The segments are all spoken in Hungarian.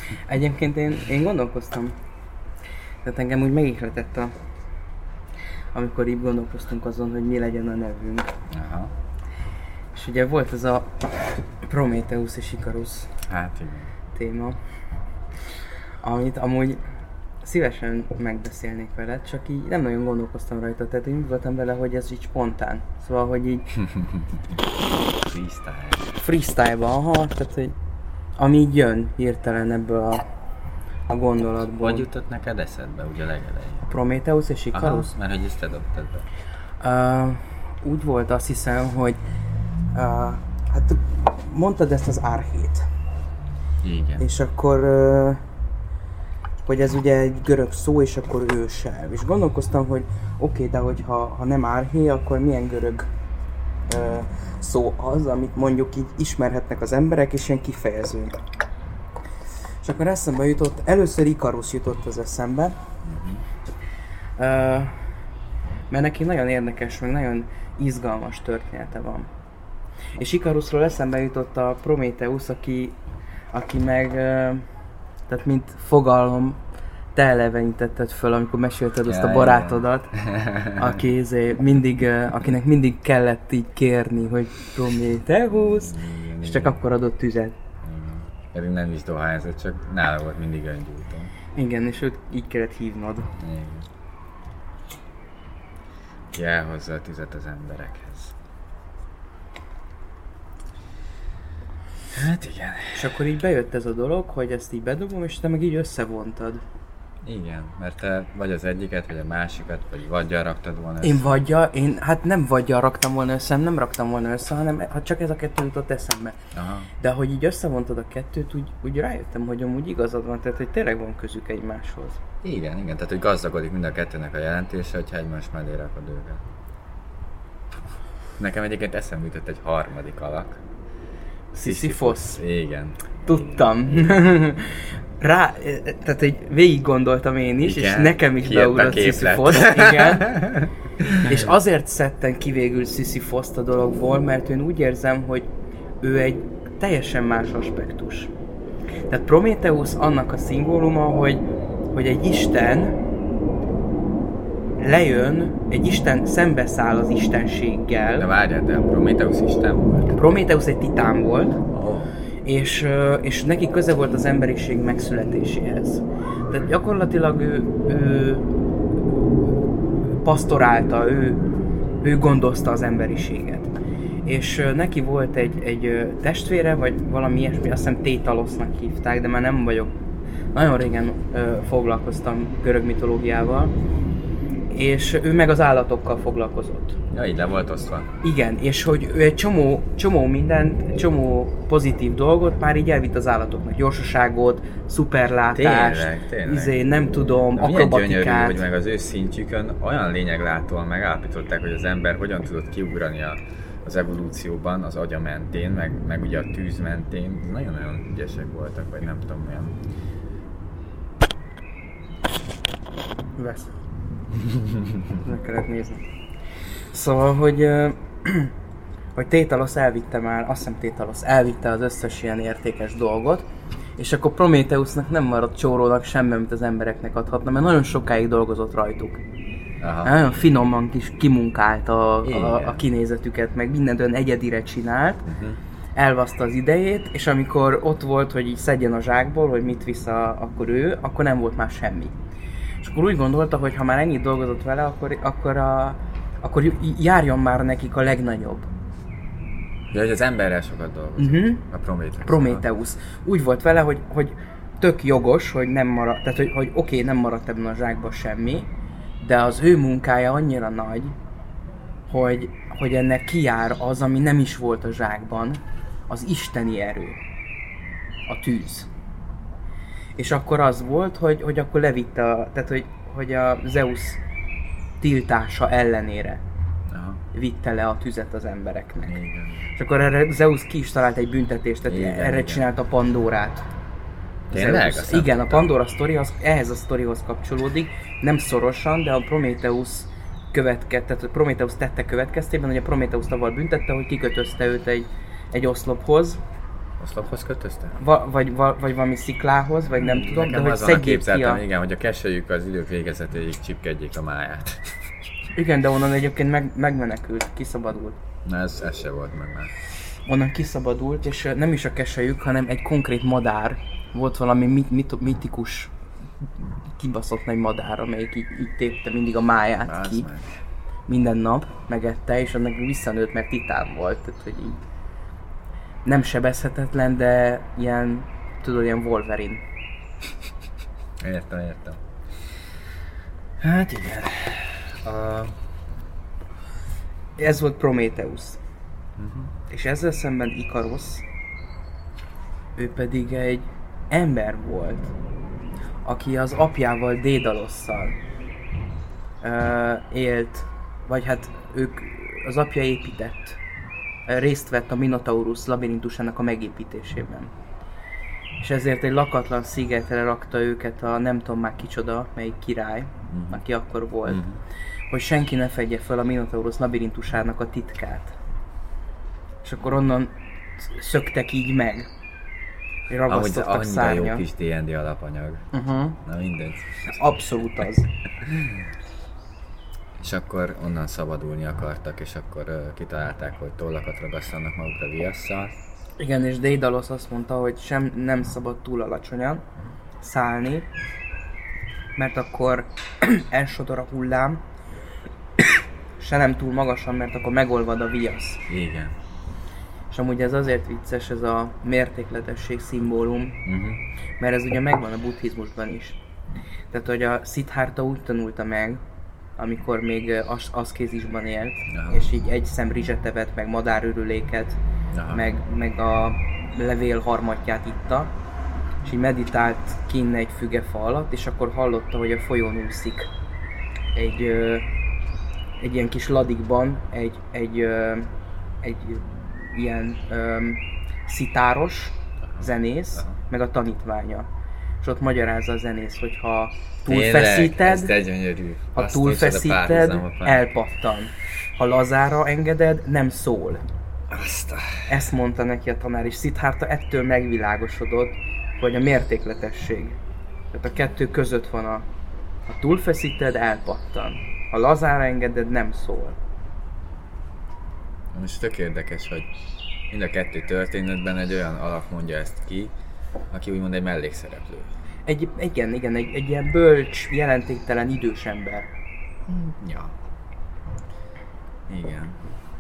Egyébként én gondolkoztam, tehát engem úgy megihletett amikor így gondolkoztunk azon, hogy mi legyen a nevünk. Aha. És ugye volt ez a Prométheusz és Ikarus Hát igen. téma, amit amúgy szívesen megbeszélnék veled, csak így nem nagyon gondolkoztam rajta, tehát én úgy voltam vele, hogy ez így spontán. Szóval, hogy így freestyle-ban, aha, tehát hogy ami így jön hirtelen ebből a gondolatból. Hogy jutott neked eszedbe ugye legelején? Prométheusz és Ikarus? Aha, mert hogy ezt te dobtad be. Úgy volt, azt hiszem, hogy hát mondtad ezt az archét. Igen. És akkor hogy ez ugye egy görög szó, és akkor őselv. És gondolkoztam, hogy oké, de hogyha nem arché, akkor milyen görög szó az, amit mondjuk így ismerhetnek az emberek, és ilyen kifejező. És akkor eszembe jutott, először Ikarus jutott az eszembe, mert neki nagyon érdekes, meg nagyon izgalmas története van. És Ikarusról eszembe jutott a Prométheusz, aki meg, tehát mint fogalom, te elevenítetted föl, amikor mesélted azt a barátodat, akinek mindig kellett így kérni, hogy Prométheusz, és csak akkor adott tüzet. Pedig nem is dohányzott, csak nála volt mindig öngyújtó. Igen, és őt így kellett hívnod. Igen. Ki elhozza a tüzet az emberekhez. Hát igen. És akkor így bejött ez a dolog, hogy ezt így bedobom, és te meg így összevontad. Igen, mert te vagy az egyiket, vagy a másikat, vagy vadgyal raktad volna össze. Hát nem vadgyal raktam volna össze, nem raktam volna össze, hanem csak ez a kettő jutott eszembe. Aha. De hogy így összevontad a kettőt, úgy rájöttem, hogy amúgy igazad van, tehát hogy tényleg van közük egymáshoz. Igen, tehát hogy gazdagodik mind a kettőnek a jelentése, hogyha egymás mellé rakod őket. Nekem egyébként eszembe jutott egy harmadik alak. Sisyphos. Igen. Tudtam. Tehát egy végig gondoltam én is, igen, és nekem is beugrott Sisyphos. Igen. És azért szedtem ki végül Sisyphoszt a dologból, mert én úgy érzem, hogy ő egy teljesen más aspektus. Tehát Prométheusz annak a szimbóluma, hogy egy isten lejön, egy isten szembeszáll az istenséggel. De várjál, de a Prométheusz isten volt? Prométheusz egy titán volt. És neki köze volt az emberiség megszületéséhez. Tehát gyakorlatilag ő pasztorálta, ő gondozta az emberiséget. És neki volt egy testvére, vagy valami ilyesmi, azt hiszem Tétalosznak hívták, de már nem vagyok. Nagyon régen foglalkoztam görög mitológiával, és ő meg az állatokkal foglalkozott. Ja, így le volt osztva. Igen, és hogy ő egy csomó mindent, csomó pozitív dolgot már így elvitt az állatoknak. Gyorsaságot, szuperlátást, tényleg. Nem tudom, akrobatikát. Milyen gyönyörű, hogy meg az ő szintjükön olyan lényeglátóan megállapították, hogy az ember hogyan tudott kiugrani az evolúcióban, az agya mentén, meg ugye a tűz mentén. Nagyon-nagyon ügyesek voltak, vagy nem tudom milyen. Vesz. Meg kellett nézni. Szóval, hogy Tétalosz elvitte már, azt hiszem Tétalosz elvitte az összes ilyen értékes dolgot, és akkor Prométheusznak nem maradt csórónak semmi, amit az embereknek adhatna, mert nagyon sokáig dolgozott rajtuk. Aha. Nagyon finoman kimunkálta a kinézetüket, meg mindent olyan egyedire csinált, elvaszta az idejét, és amikor ott volt, hogy így szedjen a zsákból, hogy mit visz akkor ő, akkor nem volt már semmi. És akkor úgy gondolta, hogy ha már ennyit dolgozott vele, akkor járjon már nekik a legnagyobb. Ja, hogy az emberrel sokat dolgozott. A Prométheusz. Úgy volt vele, hogy tök jogos, hogy nem maradt, tehát hogy oké, nem maradt ebben a zsákban semmi, de az ő munkája annyira nagy, hogy ennek kijár az, ami nem is volt a zsákban, az isteni erő, a tűz. És akkor az volt, hogy akkor levitte, tehát hogy a Zeus tiltása ellenére vitte le a tüzet az embereknek. Igen. És akkor erre Zeus ki is talált egy büntetést, tehát erre csinálta Pandórát. Tényleg? Igen, a Pandora sztori ehhez a sztorihoz kapcsolódik, nem szorosan, de a Prométheusz tehát a Prométheusz tette következtében, hogy a Prométheusz avval büntette, hogy kikötözte őt egy oszlophoz, Oszlophoz kötözte? Vagy valami sziklához, vagy nem tudom, Nekem de hogy azon szedjék ki a... igen, hogy a keselyük az idők végezetéig csipkedjék a máját. Igen, de onnan egyébként megmenekült, kiszabadult. Na ez se volt meg már. Onnan kiszabadult, és nem is a keselyük, hanem egy konkrét madár. Volt valami mitikus, kibaszott nagy madár, amelyik így tépte mindig a máját ki. Minden nap megette, és annak visszanőtt, mert titán volt. Tehát, hogy így nem sebezhetetlen, de ilyen, tudod, ilyen Wolverine. Értem. Hát igen. Ez volt Prometheus. És ezzel szemben Ikaros, ő pedig egy ember volt, aki az apjával, Dédalosszal élt, vagy hát az apja épített, részt vett a Minotaurus labirintusának a megépítésében. És ezért egy lakatlan szigetre rakta őket a nem tudom már kicsoda, melyik király, aki akkor volt, hogy senki ne fedje fel a Minotaurus labirintusának a titkát. És akkor onnan szöktek így meg. Ragasztottak szárnyat. Annyira jó kis D&D alapanyag. Na mindegy. Abszolút az. És akkor onnan szabadulni akartak, és akkor kitalálták, hogy tollakat ragasztanak magukra viasszal. Igen, és Dédalos azt mondta, hogy nem szabad túl alacsonyan szállni, mert akkor elsodor a hullám, se nem túl magasan, mert akkor megolvad a viasz. Igen. És amúgy ez azért vicces, ez a mértékletesség szimbólum, mert ez ugye megvan a buddhizmusban is. Tehát, hogy a Siddhartha úgy tanulta meg, amikor még aszkézisban élt, és így egy szem rizset evett, meg madárörüléket, meg a levél harmatját itta, és így meditált kinn egy fügefa alatt, és akkor hallotta, hogy a folyón úszik egy ilyen kis ladikban egy ilyen szitáros zenész, meg a tanítványa. És ott magyarázza a zenész, hogy ha túlfeszíted, elpattan. Ha lazára engeded, nem szól. Ezt mondta neki a tanár, és Siddhartha ettől megvilágosodott, hogy a mértékletesség. Tehát a kettő között van ha túlfeszíted, elpattan. Ha lazára engeded, nem szól. Most tök érdekes, hogy mind a kettő történetben egy olyan alak mondja ezt ki, aki úgymond egy mellékszereplő. Egy ilyen bölcs, jelentéktelen idős ember. Ja. Igen.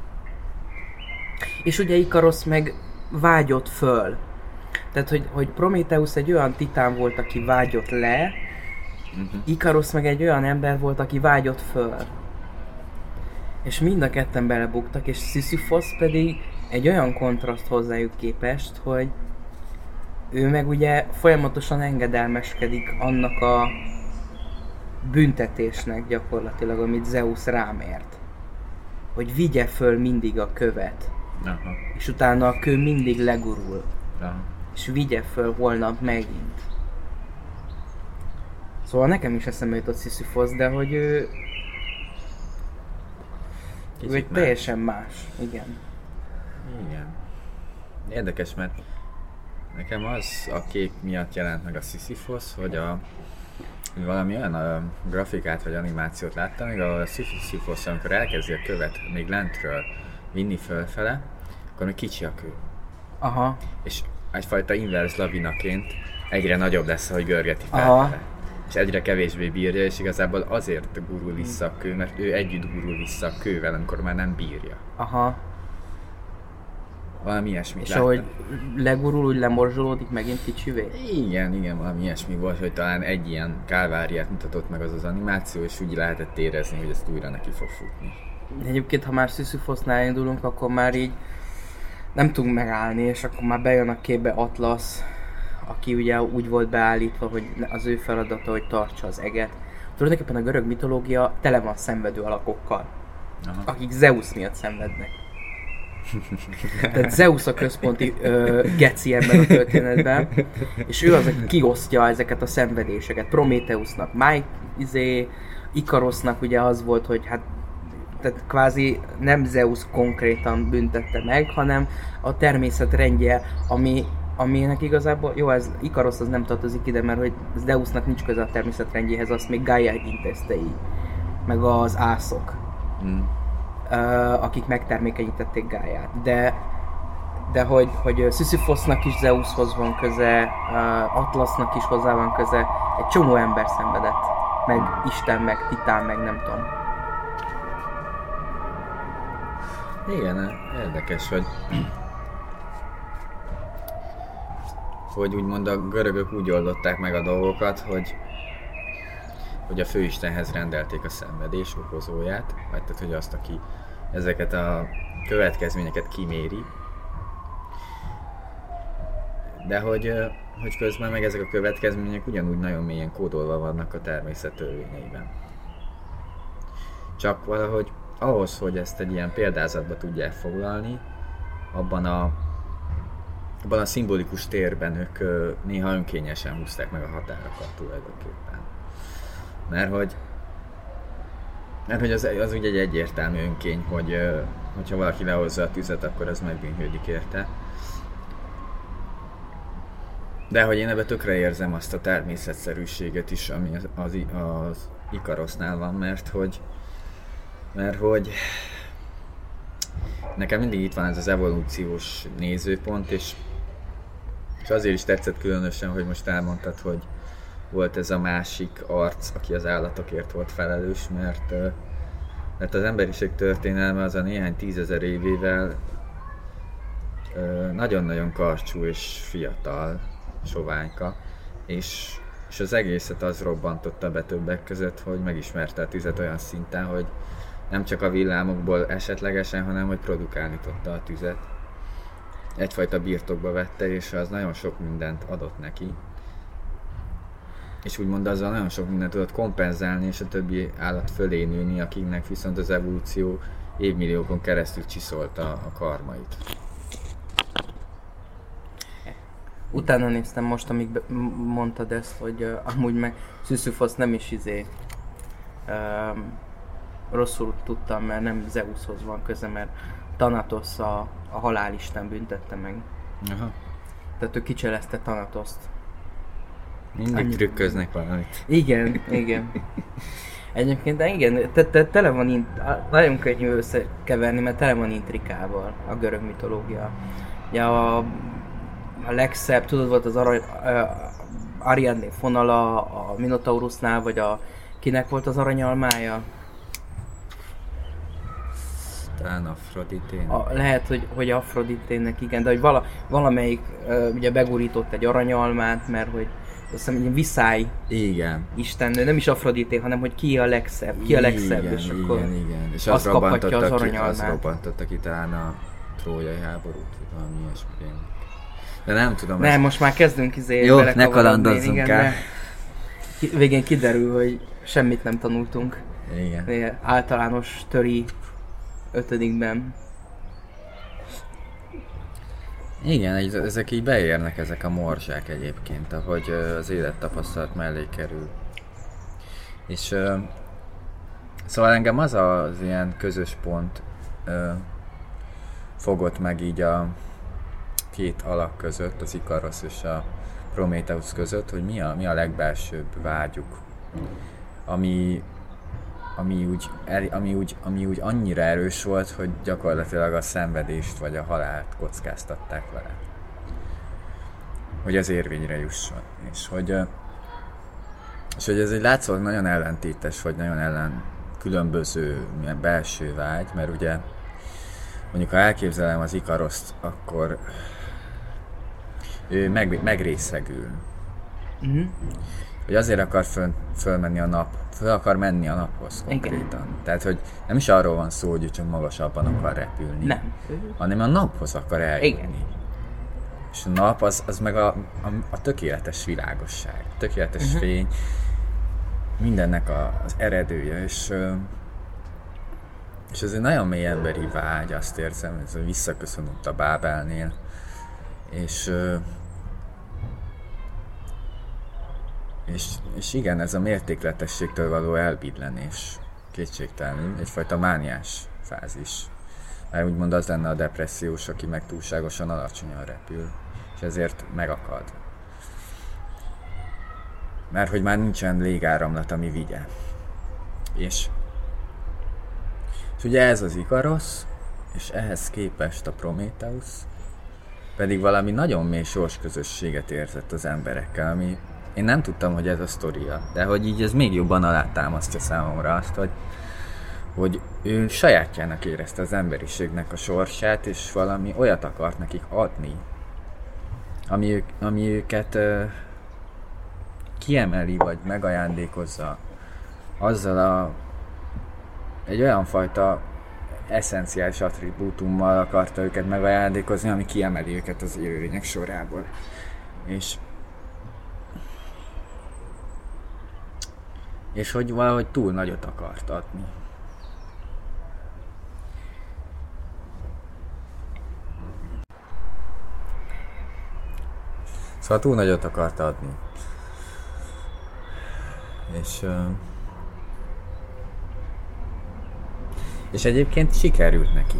És ugye Ikaros meg vágyott föl. Tehát, hogy Prometheus egy olyan titán volt, aki vágyott le, Ikaros meg egy olyan ember volt, aki vágyott föl. És mind a ketten belebuktak, és Sisyphos pedig egy olyan kontraszt hozzájuk képest, hogy ő meg ugye folyamatosan engedelmeskedik annak a büntetésnek gyakorlatilag, amit Zeus rámért. Hogy vigye föl mindig a követ. Aha. És utána a kő mindig legurul. Aha. És vigye föl holnap megint. Szóval nekem is eszembe jutott Sisyphos, de hogy ő egy teljesen más. Igen. Érdekes, mert nekem az a kép miatt jelent meg a Sisyphos, hogy valami olyan grafikát vagy animációt láttam, még a Sisyphos, amikor elkezdi a követ még lentről vinni fölfele, akkor még kicsi a kő. Aha. És egyfajta inverse lavinaként egyre nagyobb lesz, ahogy görgeti felfele. És egyre kevésbé bírja, és igazából azért gurul vissza a kő, mert ő együtt gurul vissza a kővel, amikor már nem bírja. Aha. Valami ilyesmit és láttam. ahogy legurul, úgy lemorzsolódik megint kicsivé? Igen, valami ilyesmi volt, hogy talán egy ilyen kálváriát mutatott meg az animáció, és úgy lehetett érezni, hogy ezt újra neki fog futni. Egyébként, ha már Sisyphosnál indulunk, akkor már így nem tudunk megállni, és akkor már bejön a képbe Atlas, aki ugye úgy volt beállítva, hogy az ő feladata, hogy tartsa az eget. Tulajdonképpen a görög mitológia tele van szenvedő alakokkal, akik Zeus miatt szenvednek. Tehát Zeus a központi geci ebben a történetben, és ő az, aki kiosztja ezeket a szenvedéseket. Prometheusnak, Ikarosnak ugye az volt, hogy hát tehát kvázi nem Zeus konkrétan büntette meg, hanem a természet rendje, ami aminek igazából, jó, ez Ikarosz az nem tartozik ide, mert hogy Zeusnak nincs köze a természetrendjéhez, azt még Gaia intézte így. Meg az ászok, akik megtermékenyítették Gaiát. De hogy Sisyphosnak is Zeushoz van köze, Atlasznak is hozzá van köze, egy csomó ember szenvedett. Meg Isten, meg Titán, meg nem tudom. Igen, érdekes, hogy úgymond a görögök úgy oldották meg a dolgokat, hogy a főistenhez rendelték a szenvedés okozóját, vagy tehát, hogy azt, aki ezeket a következményeket kiméri, de hogy közben meg ezek a következmények ugyanúgy nagyon mélyen kódolva vannak a természet törvényeiben. Csak valahogy ahhoz, hogy ezt egy ilyen példázatba tudják foglalni, abban a szimbolikus térben ők néha önkényesen húzták meg a határokat tulajdonképpen. Mert hogy az ugye egy egyértelmű önkény, hogyha valaki lehozza a tüzet, akkor az megbűnhődik érte. De hogy én ebben tökre érzem azt a természetszerűséget is, ami az Ikarosznál van, mert hogy nekem mindig itt van ez az evolúciós nézőpont, és azért is tetszett különösen, hogy most elmondtad, hogy volt ez a másik arc, aki az állatokért volt felelős, mert az emberiség történelme az a néhány tízezer évével nagyon-nagyon karcsú és fiatal, soványka, és az egészet az robbantotta be többek között, hogy megismerte a tüzet olyan szinten, hogy nem csak a villámokból esetlegesen, hanem hogy produkálni tudta a tüzet. Egyfajta birtokba vette, és az nagyon sok mindent adott neki. És úgymond azzal nagyon sok mindent tudott kompenzálni, és a többi állat fölé nőni, akiknek viszont az evolúció évmilliókon keresztül csiszolta a karmait. Utána néztem most, amíg mondtad ezt, hogy amúgy meg Sisyphos nem is rosszul tudtam, mert nem Zeushoz van köze, mert Thanatos a halálisten büntette meg. Aha. Tehát ő kicselezte Thanatoszt. Mindig trükköznek valamit. Igen. Egyébként igen, tele van, nagyon könnyű összekeverni, mert tele van intrikával a görög mitológia. Ugye a legszebb, tudod, volt az Ariadné fonala, a Minotaurusnál, vagy kinek volt az aranyalmája? Talán Afroditének. Lehet, hogy Afroditének, igen, de hogy valamelyik ugye begurított egy aranyalmát, mert hogy azt hiszem, egy viszály istennő, nem is Afrodité, hanem hogy ki a legszebb, és akkor igen. És azt kaphatja az aranyalmát. Az robbantotta ki talán a trójai háborút, valami ilyesmi. De nem tudom. Nem, most már kezdünk Jó, ne kalandozzunk el. Végén kiderül, hogy semmit nem tanultunk. Igen. Általános töri 5-ben. Igen, ezek így beérnek, ezek a morzsák egyébként, ahogy az élettapasztalat mellé kerül. És szóval engem az ilyen közös pont fogott meg így a két alak között, az Ikarosz és a Prométheusz között, hogy mi a legbelsőbb vágyuk, ami úgy annyira erős volt, hogy gyakorlatilag a szenvedést vagy a halált kockáztatták vele. Hogy az érvényre jusson. És hogy ez egy látszólag nagyon ellentétes, vagy nagyon különböző belső vágy, mert ugye mondjuk ha elképzelem az Ikaroszt, akkor ő megrészegül. Mm-hmm. Hogy azért akar fölmenni föl akar menni a naphoz konkrétan. Igen. Tehát, hogy nem is arról van szó, hogy ő csak magasabban akar repülni. Nem. Hanem a naphoz akar eljutni. Igen. És a nap az meg a tökéletes világosság, tökéletes fény, mindennek az eredője, és ez egy nagyon mély emberi vágy, azt érzem, ez visszaköszönött a Bábelnél, és igen, ez a mértékletességtől való elbidlenés kétségtelenül, egyfajta mániás fázis. Mert úgymond az lenne a depressziós, aki meg túlságosan alacsonyan repül, és ezért megakad. Mert hogy már nincsen légáramlat, ami vigye. És ugye ez az Ikarosz, és ehhez képest a Prométheusz pedig valami nagyon mély sorsközösséget érzett az emberekkel, ami én nem tudtam, hogy ez a sztoria, de hogy így ez még jobban alátámasztja számomra azt, hogy ő sajátjának érezte az emberiségnek a sorsát, és valami olyat akart nekik adni, ami őket kiemeli, vagy megajándékozza azzal egy olyan fajta eszenciális attribútummal akarta őket megajándékozni, ami kiemeli őket az élőlények sorából. És hogy valahogy túl nagyot akart adni. Szóval túl nagyot akart adni. És egyébként sikerült neki.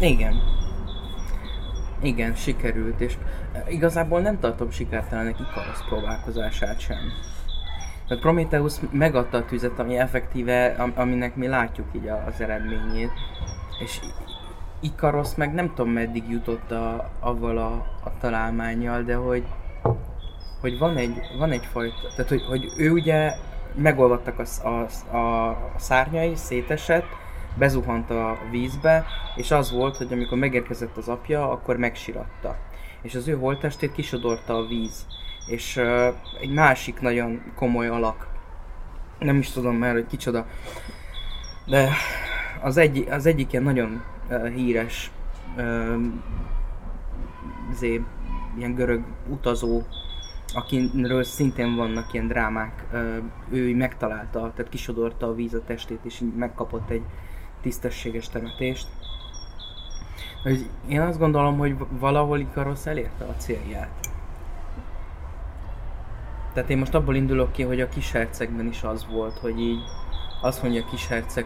Igen, sikerült, és igazából nem tartom sikertelenek Ikarosz próbálkozását sem. Tehát Prométheusz megadta a tüzet, ami effektíve, aminek mi látjuk így az eredményét, és Ikarosz meg nem tudom meddig jutott avval a találmánnyal, de hogy van egyfajta, tehát hogy ő ugye megolvadtak a szárnyai, szétesett, bezuhant a vízbe, és az volt, hogy amikor megérkezett az apja, akkor megsiratta. És az ő holttestét kisodorta a víz. És egy másik nagyon komoly alak, nem is tudom már, hogy kicsoda, de az egyik ilyen nagyon híres ilyen görög utazó, akiről szintén vannak ilyen drámák, ő megtalálta, tehát kisodorta a víz a testét, és így megkapott egy tisztességes temetést. Én azt gondolom, hogy valahol Ikarosz elérte a célját. Tehát én most abból indulok ki, hogy a Kishercegben is az volt, hogy így azt mondja a Kisherceg,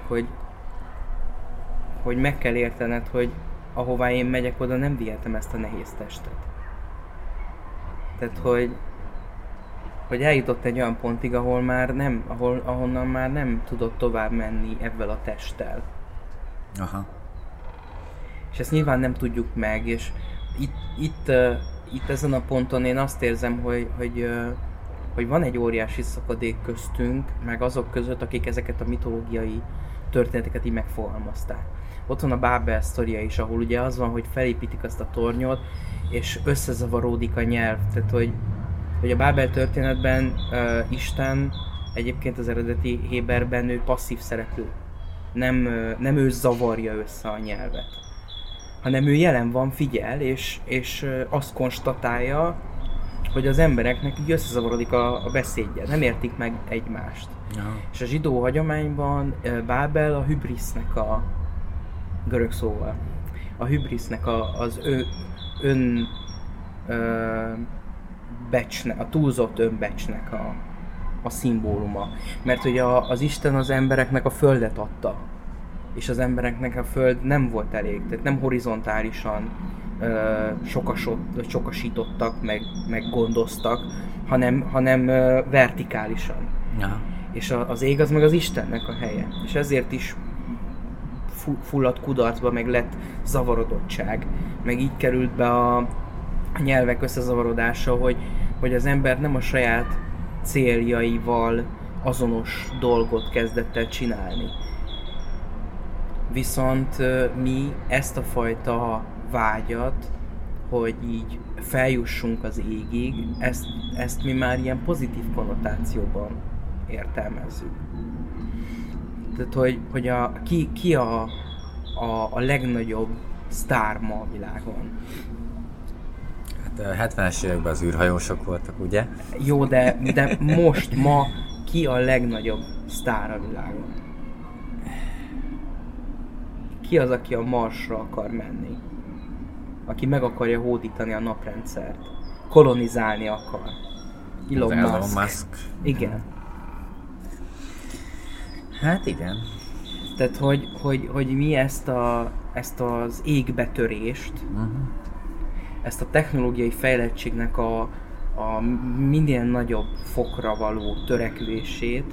hogy meg kell értened, hogy ahová én megyek, oda nem vihetem ezt a nehéz testet. Tehát, hogy eljutott egy olyan pontig, ahonnan már nem tudott tovább menni ebben a testtel. Aha. És ezt nyilván nem tudjuk meg, és itt ezen a ponton én azt érzem, hogy van egy óriási szakadék köztünk, meg azok között, akik ezeket a mitológiai történeteket így megfogalmazták. Ott van a Bábel sztoria is, ahol ugye az van, hogy felépítik azt a tornyot, és összezavaródik a nyelv. Tehát, hogy a Bábel történetben Isten egyébként az eredeti héberben ő passzív szereplő. Nem ő zavarja össze a nyelvet, hanem ő jelen van, figyel, és azt konstatálja, hogy az embereknek így összezavarodik a beszédje, nem értik meg egymást. Ja. És a zsidó hagyományban Bábel a hübrisznek a görög szóval, a hübrisznek az becsnek, a túlzott önbecsnek a szimbóluma. Mert hogy az Isten az embereknek a földet adta, és az embereknek a föld nem volt elég, tehát nem horizontálisan sokasítottak, meg gondoztak, hanem vertikálisan. Ja. És az ég az meg az Istennek a helye. És ezért is fulladt kudarcba, meg lett zavarodottság, meg így került be a nyelvek összezavarodása, hogy az ember nem a saját céljaival azonos dolgot kezdett el csinálni. Viszont mi ezt a fajta vágyat, hogy így feljussunk az égig, ezt mi már ilyen pozitív konnotációban értelmezzük. Tehát, hogy ki a legnagyobb sztár ma a világon? Hát a 70-es években az űrhajósok voltak, ugye? Jó, de ma ki a legnagyobb sztár a világon? Ki az, aki a Marsra akar menni? Aki meg akarja hódítani a naprendszert? Kolonizálni akar? Elon Musk. Igen. Hát igen. Tehát, hogy mi ezt az égbetörést, ezt a technológiai fejlettségnek a minél nagyobb fokra való törekvését,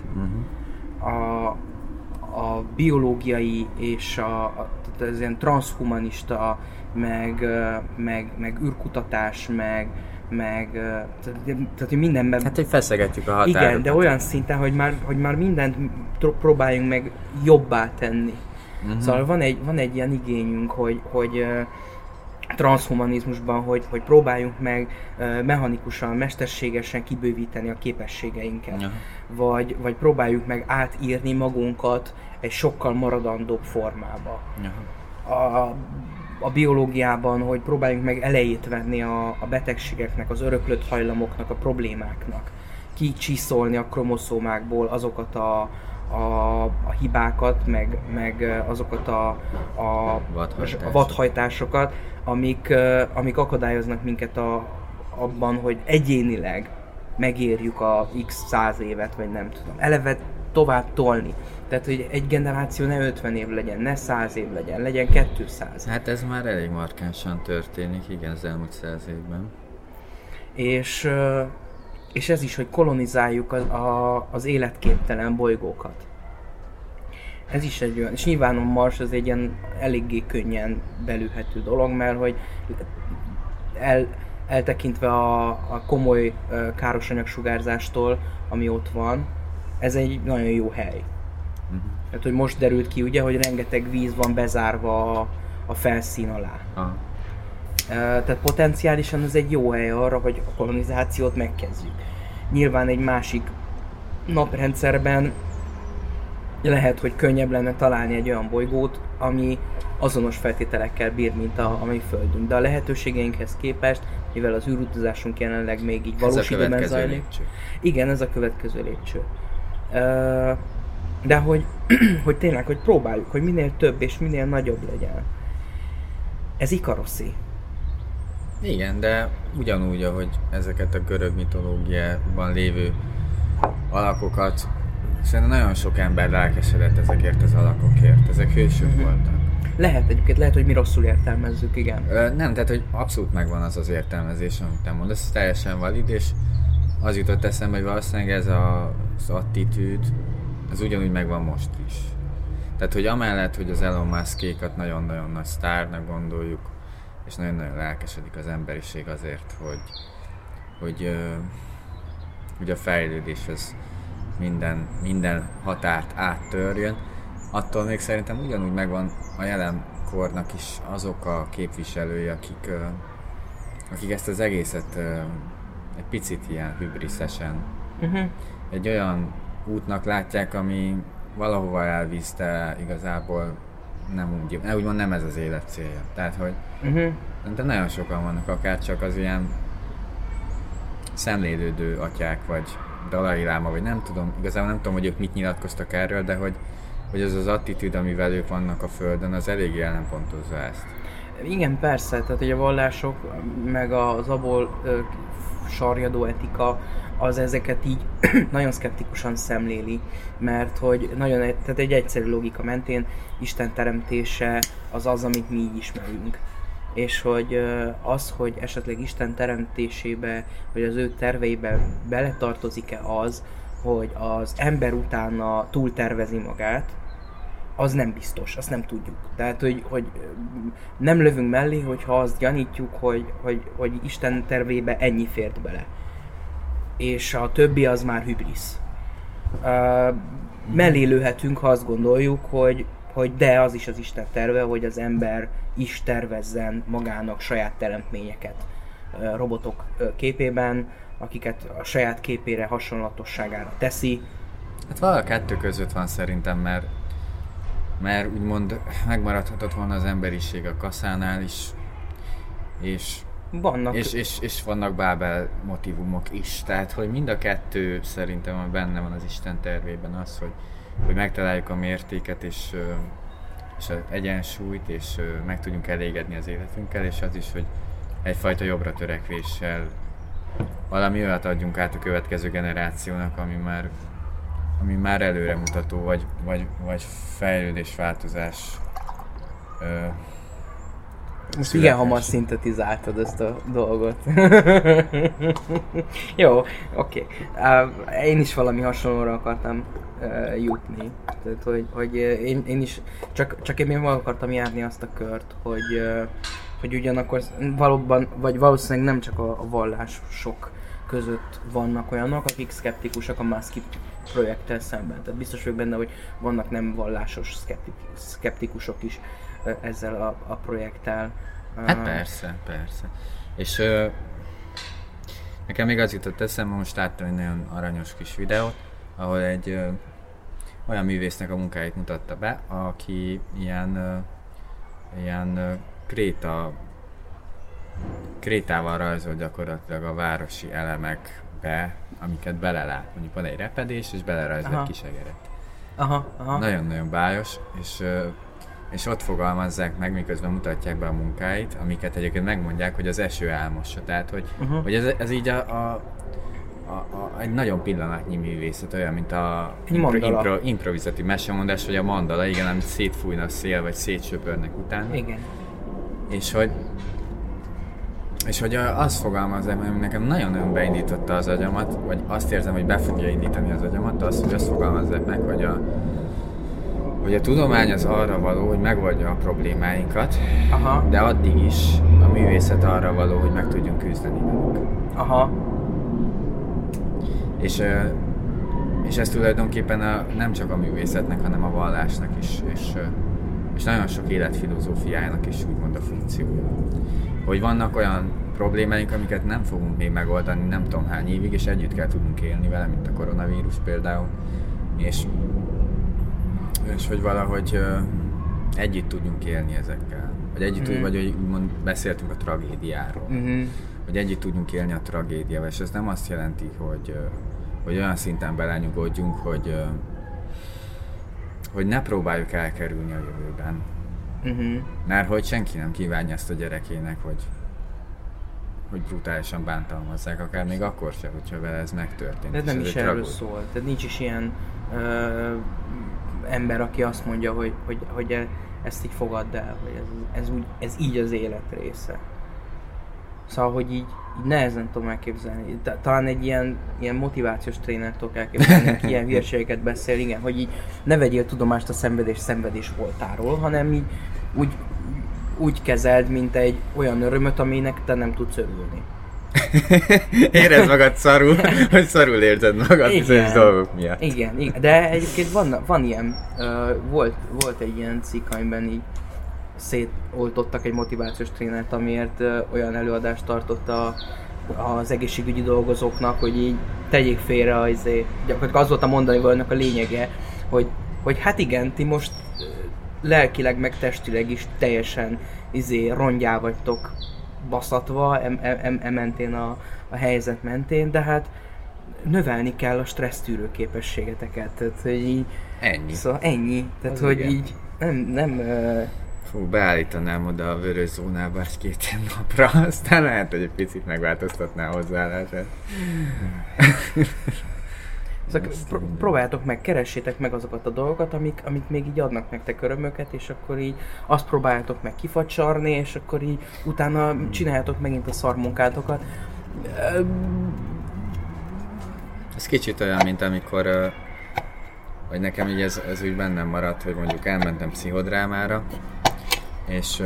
a biológiai és az ilyen transhumanista, meg űrkutatás, tehát mindenben... Hát, hogy feszegetjük a határokat. Igen, de olyan szinten, hogy már mindent próbáljunk meg jobbá tenni. Szóval van egy ilyen igényünk, hogy transhumanizmusban, hogy próbáljunk meg mechanikusan, mesterségesen kibővíteni a képességeinket. Vagy próbáljuk meg átírni magunkat egy sokkal maradandóbb formába. A biológiában, hogy próbáljunk meg elejét venni a betegségeknek, az öröklött hajlamoknak, a problémáknak. Kicsiszolni a kromoszómákból azokat a hibákat, meg azokat a vadhajtásokat, amik akadályoznak minket abban, hogy egyénileg megérjük a x 100 évet, vagy nem tudom. Eleve tovább tolni. Tehát, hogy egy generáció ne 50 év legyen, ne 100 év legyen 200. Hát ez már elég markánsan történik, igen, az elmúlt 100 évben. És ez is, hogy kolonizáljuk az életképtelen bolygókat. Ez is egy olyan, és nyilván a Mars az egy ilyen eléggé könnyen belülhető dolog, mert hogy eltekintve a komoly károsanyagsugárzástól, ami ott van, ez egy nagyon jó hely. Tehát, hogy most derült ki ugye, hogy rengeteg víz van bezárva a felszín alá. Tehát potenciálisan ez egy jó hely arra, hogy a kolonizációt megkezdjük. Nyilván egy másik naprendszerben lehet, hogy könnyebb lenne találni egy olyan bolygót, ami azonos feltételekkel bír, mint a mi Földünk. De a lehetőségeinkhez képest, mivel az űrutazásunk jelenleg még így valós időben zajlik. Igen, ez a következő lépcső. De hogy tényleg, hogy próbáljuk, hogy minél több és minél nagyobb legyen. Ez Ikaroszi. Igen, de ugyanúgy, ahogy ezeket a görög mitológiában lévő alakokat, szerintem nagyon sok ember lelkesedett ezekért az alakokért. Ezek hősök voltak. Lehet, hogy mi rosszul értelmezzük, igen. Nem, tehát hogy abszolút megvan az értelmezés, amit te mondasz, ez teljesen valid, és az jutott eszembe, hogy valószínűleg ez az attitűd, ez ugyanúgy megvan most is. Tehát, hogy amellett, hogy az Elon Muskékat nagyon-nagyon nagy sztárnak gondoljuk, és nagyon-nagyon lelkesedik az emberiség azért, hogy a fejlődés az minden határt áttörjön, attól még szerintem ugyanúgy megvan a jelen kornak is azok a képviselői, akik ezt az egészet egy picit ilyen hübriszesen egy olyan útnak látják, ami valahova elvisz, de igazából úgymond nem ez az élet célja. Tehát, hogy de nagyon sokan vannak, akár csak az ilyen szemlélődő atyák, vagy Dalai Láma, vagy nem tudom, igazából nem tudom, hogy ők mit nyilatkoztak erről, de hogy az az attitűd, amivel ők vannak a Földön, az eléggé ellenpontozza ezt. Igen, persze, tehát hogy a vallások, meg az abból sarjadó etika, az ezeket így nagyon szkeptikusan szemléli, mert hogy tehát egy egyszerű logika mentén Isten teremtése az, amit mi így ismerünk. És hogy hogy esetleg Isten teremtésébe, vagy az ő terveibe beletartozik-e az, hogy az ember utána túltervezi magát, az nem biztos, azt nem tudjuk. Tehát, hogy nem lövünk mellé, hogyha azt gyanítjuk, hogy Isten tervébe ennyi fért bele. És a többi az már hübrisz. Mellé lőhetünk, ha azt gondoljuk, hogy de az is az Isten terve, hogy az ember is tervezzen magának saját teremtményeket robotok képében, akiket a saját képére hasonlatosságára teszi. Hát valami a kettő között van szerintem, mert úgymond megmaradhatott volna az emberiség a kaszánál is, és vannak Bábel motivumok is. Tehát, hogy mind a kettő szerintem benne van az Isten tervében az, hogy megtaláljuk a mértéket és az egyensúlyt, ami meg tudjunk elégedni az életünkkel, és az is, hogy egyfajta jobbra törekvéssel valami olyat adjunk át a következő generációnak, ami már előremutató, vagy fejlődés, változás Most igen hamar szintetizáltad ezt a dolgot. Jó, oké. Én is valami hasonlóra akartam jutni. Tehát, hogy én is, csak én meg akartam járni azt a kört, hogy ugyanakkor valóban, vagy valószínűleg nem csak a vallások között vannak olyanok, akik szkeptikusak a Muskie projekttel szemben. Tehát biztos vagyok benne, hogy vannak nem vallásos szkeptikusok is ezzel a projekttel. Hát persze. És nekem még az jutott eszembe, most láttam egy nagyon aranyos kis videót, ahol egy olyan művésznek a munkáit mutatta be, aki ilyen krétával rajzol gyakorlatilag a városi elemekbe, amiket belelát. Mondjuk van egy repedés, és belerajzol egy kis egeret. Aha. Nagyon-nagyon bájos, és ott fogalmazzák meg, miközben mutatják be a munkáit, amiket egyébként megmondják, hogy az eső elmossa. Tehát, hogy ez így egy nagyon pillanatnyi művészet, olyan, mint a improvizatív mesemondás, vagy a mandala, igen, amit szétfújna a szél, vagy szétsöpörnek utána. Igen. És hogy azt fogalmazzák, hogy nekem nagyon-nagyon beindította az agyamat, vagy azt érzem, hogy be fogja indítani az agyamat, hogy azt fogalmazzák meg, hogy a tudomány az arra való, hogy megoldja a problémáinkat, de addig is a művészet arra való, hogy meg tudjunk küzdeni velük. És ez tulajdonképpen nem csak a művészetnek, hanem a vallásnak is, és nagyon sok életfilozófiájának is úgymond a funkciója. Hogy vannak olyan problémáink, amiket nem fogunk még megoldani nem tudom hány évig, és együtt kell tudnunk élni vele, mint a koronavírus például, és hogy valahogy együtt tudjunk élni ezekkel. Vagy együtt vagy hogy úgymond beszéltünk a tragédiáról. Hogy együtt tudjunk élni a tragédiával, és ez nem azt jelenti, hogy olyan szinten belenyugodjunk, hogy ne próbáljuk elkerülni a jövőben. Mert hogy senki nem kívánja ezt a gyerekének, hogy brutálisan bántalmazzák, akár még akkor sem, hogyha vele ez megtörtént. De nem is erről szól. Tehát nincs is ilyen ember, aki azt mondja, hogy ezt így fogadd el, hogy ez így az élet része. Szóval, hogy így nehezen tudom elképzelni. Talán egy ilyen motivációs trénertől kell elképzelni, aki ilyen hülyeségeket beszél, igen, hogy így ne vegyél tudomást a szenvedés voltáról, hanem így úgy kezeld, mint egy olyan örömöt, aminek te nem tudsz örülni. Érezd magad szarul, hogy szarul érzed magad bizonyos dolgok miatt. Igen, de egyébként van ilyen, volt egy ilyen cikk, amiben így szétoltottak egy motivációs trénert, amiért olyan előadást tartott az egészségügyi dolgozóknak, hogy így tegyék félre gyakorlatilag az volt a mondani valónak a lényege, hogy hát igen, ti most lelkileg meg testileg is teljesen rongyá vagytok baszatva mentén a helyzet mentén, de hát növelni kell a stressztűrő képességeteket, tehát hogy így... Ennyi. Szóval ennyi, tehát az hogy igen. Így nem beállítanám oda a vörös zónába egy 2 napra, aztán lehet, hogy egy picit megváltoztatná a hozzáállását. Szóval próbáljátok meg, keressétek meg azokat a dolgokat, amik még így adnak nektek örömöket, és akkor így azt próbáljátok meg kifacsarni, és akkor így utána csináljátok megint a szarmunkátokat. Ez kicsit olyan, mint amikor, vagy nekem így ez úgy bennem maradt, hogy mondjuk elmentem pszichodrámára, és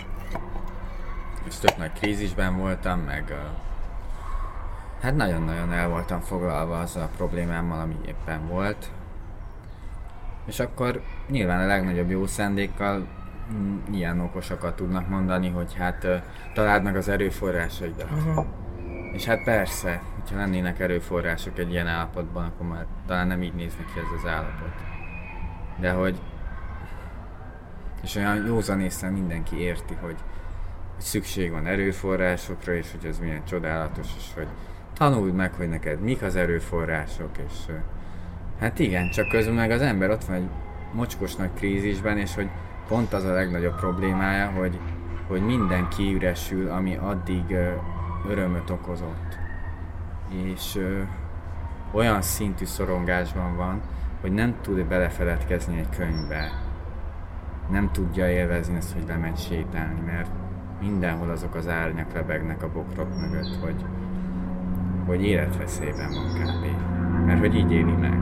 tök nagy krízisben voltam, meg hát nagyon-nagyon el voltam foglalva azzal a problémámmal, ami éppen volt. És akkor nyilván a legnagyobb jó szándékkal ilyen okosakat tudnak mondani, hogy hát találd meg az erőforrásaidat. És hát persze, hogyha lennének erőforrások egy ilyen állapotban, akkor már talán nem így néznek ki ez az állapot. De hogy... És olyan józan észre mindenki érti, hogy szükség van erőforrásokra, és hogy ez milyen csodálatos, és hogy tanuld meg, hogy neked mik az erőforrások, és hát igen, csak közben meg az ember ott van egy mocskos nagy krízisben, és hogy pont az a legnagyobb problémája, hogy minden kiüresül, ami addig örömöt okozott. És olyan szintű szorongásban van, hogy nem tud belefeledkezni egy könyvbe. Nem tudja élvezni ezt, hogy lemegy sétálni, mindenhol azok az árnyak lebegnek a bokrok mögött, hogy életveszélyben van kb. Mert hogy így éli meg.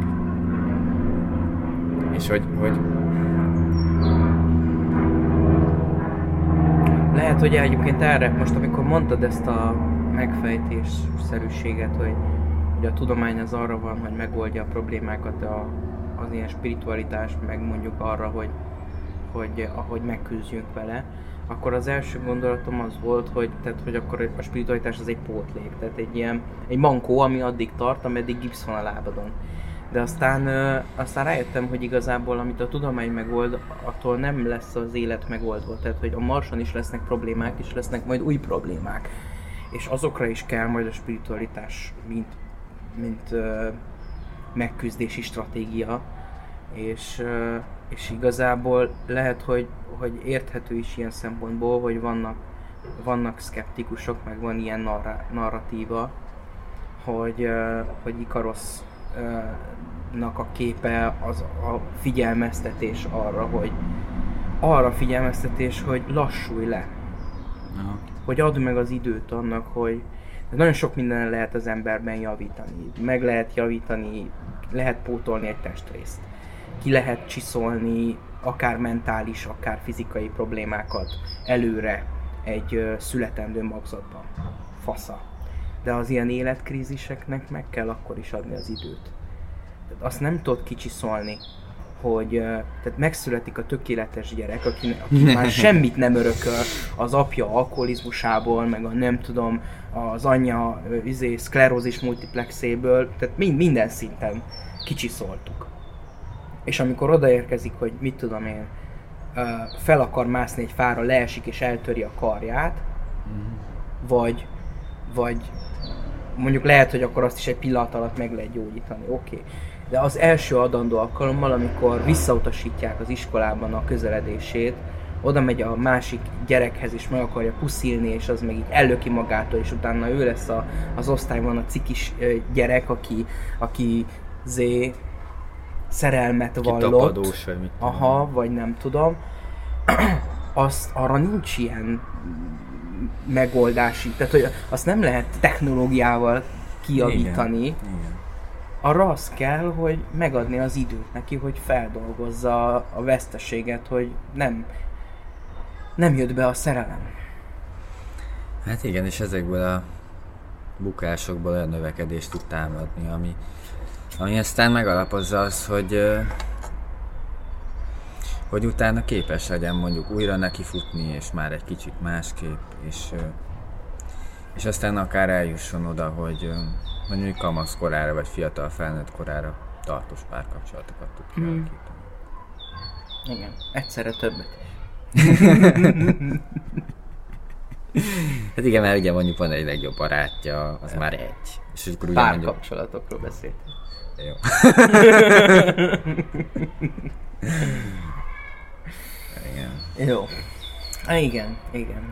És hogy Lehet, hogy egyébként erre, most amikor mondtad ezt a megfejtésszerűséget, hogy a tudomány az arra van, hogy megoldja a problémákat, az ilyen spiritualitás meg mondjuk arra, hogy ahogy megküzdjünk vele, akkor az első gondolatom az volt, hogy akkor a spiritualitás az egy pótlék, tehát egy mankó, ami addig tart, ameddig gipsz van a lábadon. De aztán rájöttem, hogy igazából amit a tudomány megold, attól nem lesz az élet megoldva. Tehát, hogy a Marson is lesznek problémák, és lesznek majd új problémák. És azokra is kell majd a spiritualitás, mint megküzdési stratégia. És igazából lehet, hogy érthető is ilyen szempontból, hogy vannak szkeptikusok, meg van ilyen narratíva, hogy Ikarosznak a képe az a figyelmeztetés arra figyelmeztetés, hogy lassulj le. Aha. Hogy add meg az időt annak, hogy nagyon sok minden lehet az emberben javítani. Meg lehet javítani, lehet pótolni egy testrészt. Ki lehet csiszolni akár mentális, akár fizikai problémákat előre egy születendő magzatban. Fasza. De az ilyen életkríziseknek meg kell akkor is adni az időt. Tehát azt nem tudod kicsiszolni, hogy tehát megszületik a tökéletes gyerek, aki már semmit nem örököl az apja alkoholizmusából, meg a nem tudom, az anyja szklerózis multiplexéből, tehát minden szinten kicsiszoltuk. És amikor odaérkezik, hogy mit tudom én, fel akar mászni egy fára, leesik és eltöri a karját, vagy mondjuk lehet, hogy akkor azt is egy pillanat alatt meg lehet gyógyítani, oké. De az első adandó alkalommal, amikor visszautasítják az iskolában a közeledését, oda megy a másik gyerekhez és meg akarja puszilni, és az meg így ellöki magától, és utána ő lesz az osztályban a cikis gyerek, aki szerelmet vallott. Tapadós, vagy mit tudom. Aha, vagy nem tudom. Arra nincs ilyen megoldási, tehát hogy azt nem lehet technológiával kijavítani. Igen. Arra az kell, hogy megadni az időt neki, hogy feldolgozza a veszteséget, hogy nem jött be a szerelem. Hát igen, és ezekből a bukásokból olyan növekedést tud támadni, ami aztán megalapozza azt, hogy utána képes legyen mondjuk újra nekifutni, és már egy kicsit másképp, és aztán akár eljusson oda, hogy mondjuk kamasz korára, vagy fiatal felnőtt korára tartós párkapcsolatokat tud kialakítani. Igen, egyszerre többet. Hát igen, mert ugye mondjuk van egy legjobb barátja, az már egy. És akkor ugye párkapcsolatokról beszéltem. Jó. Igen. Jó. Igen.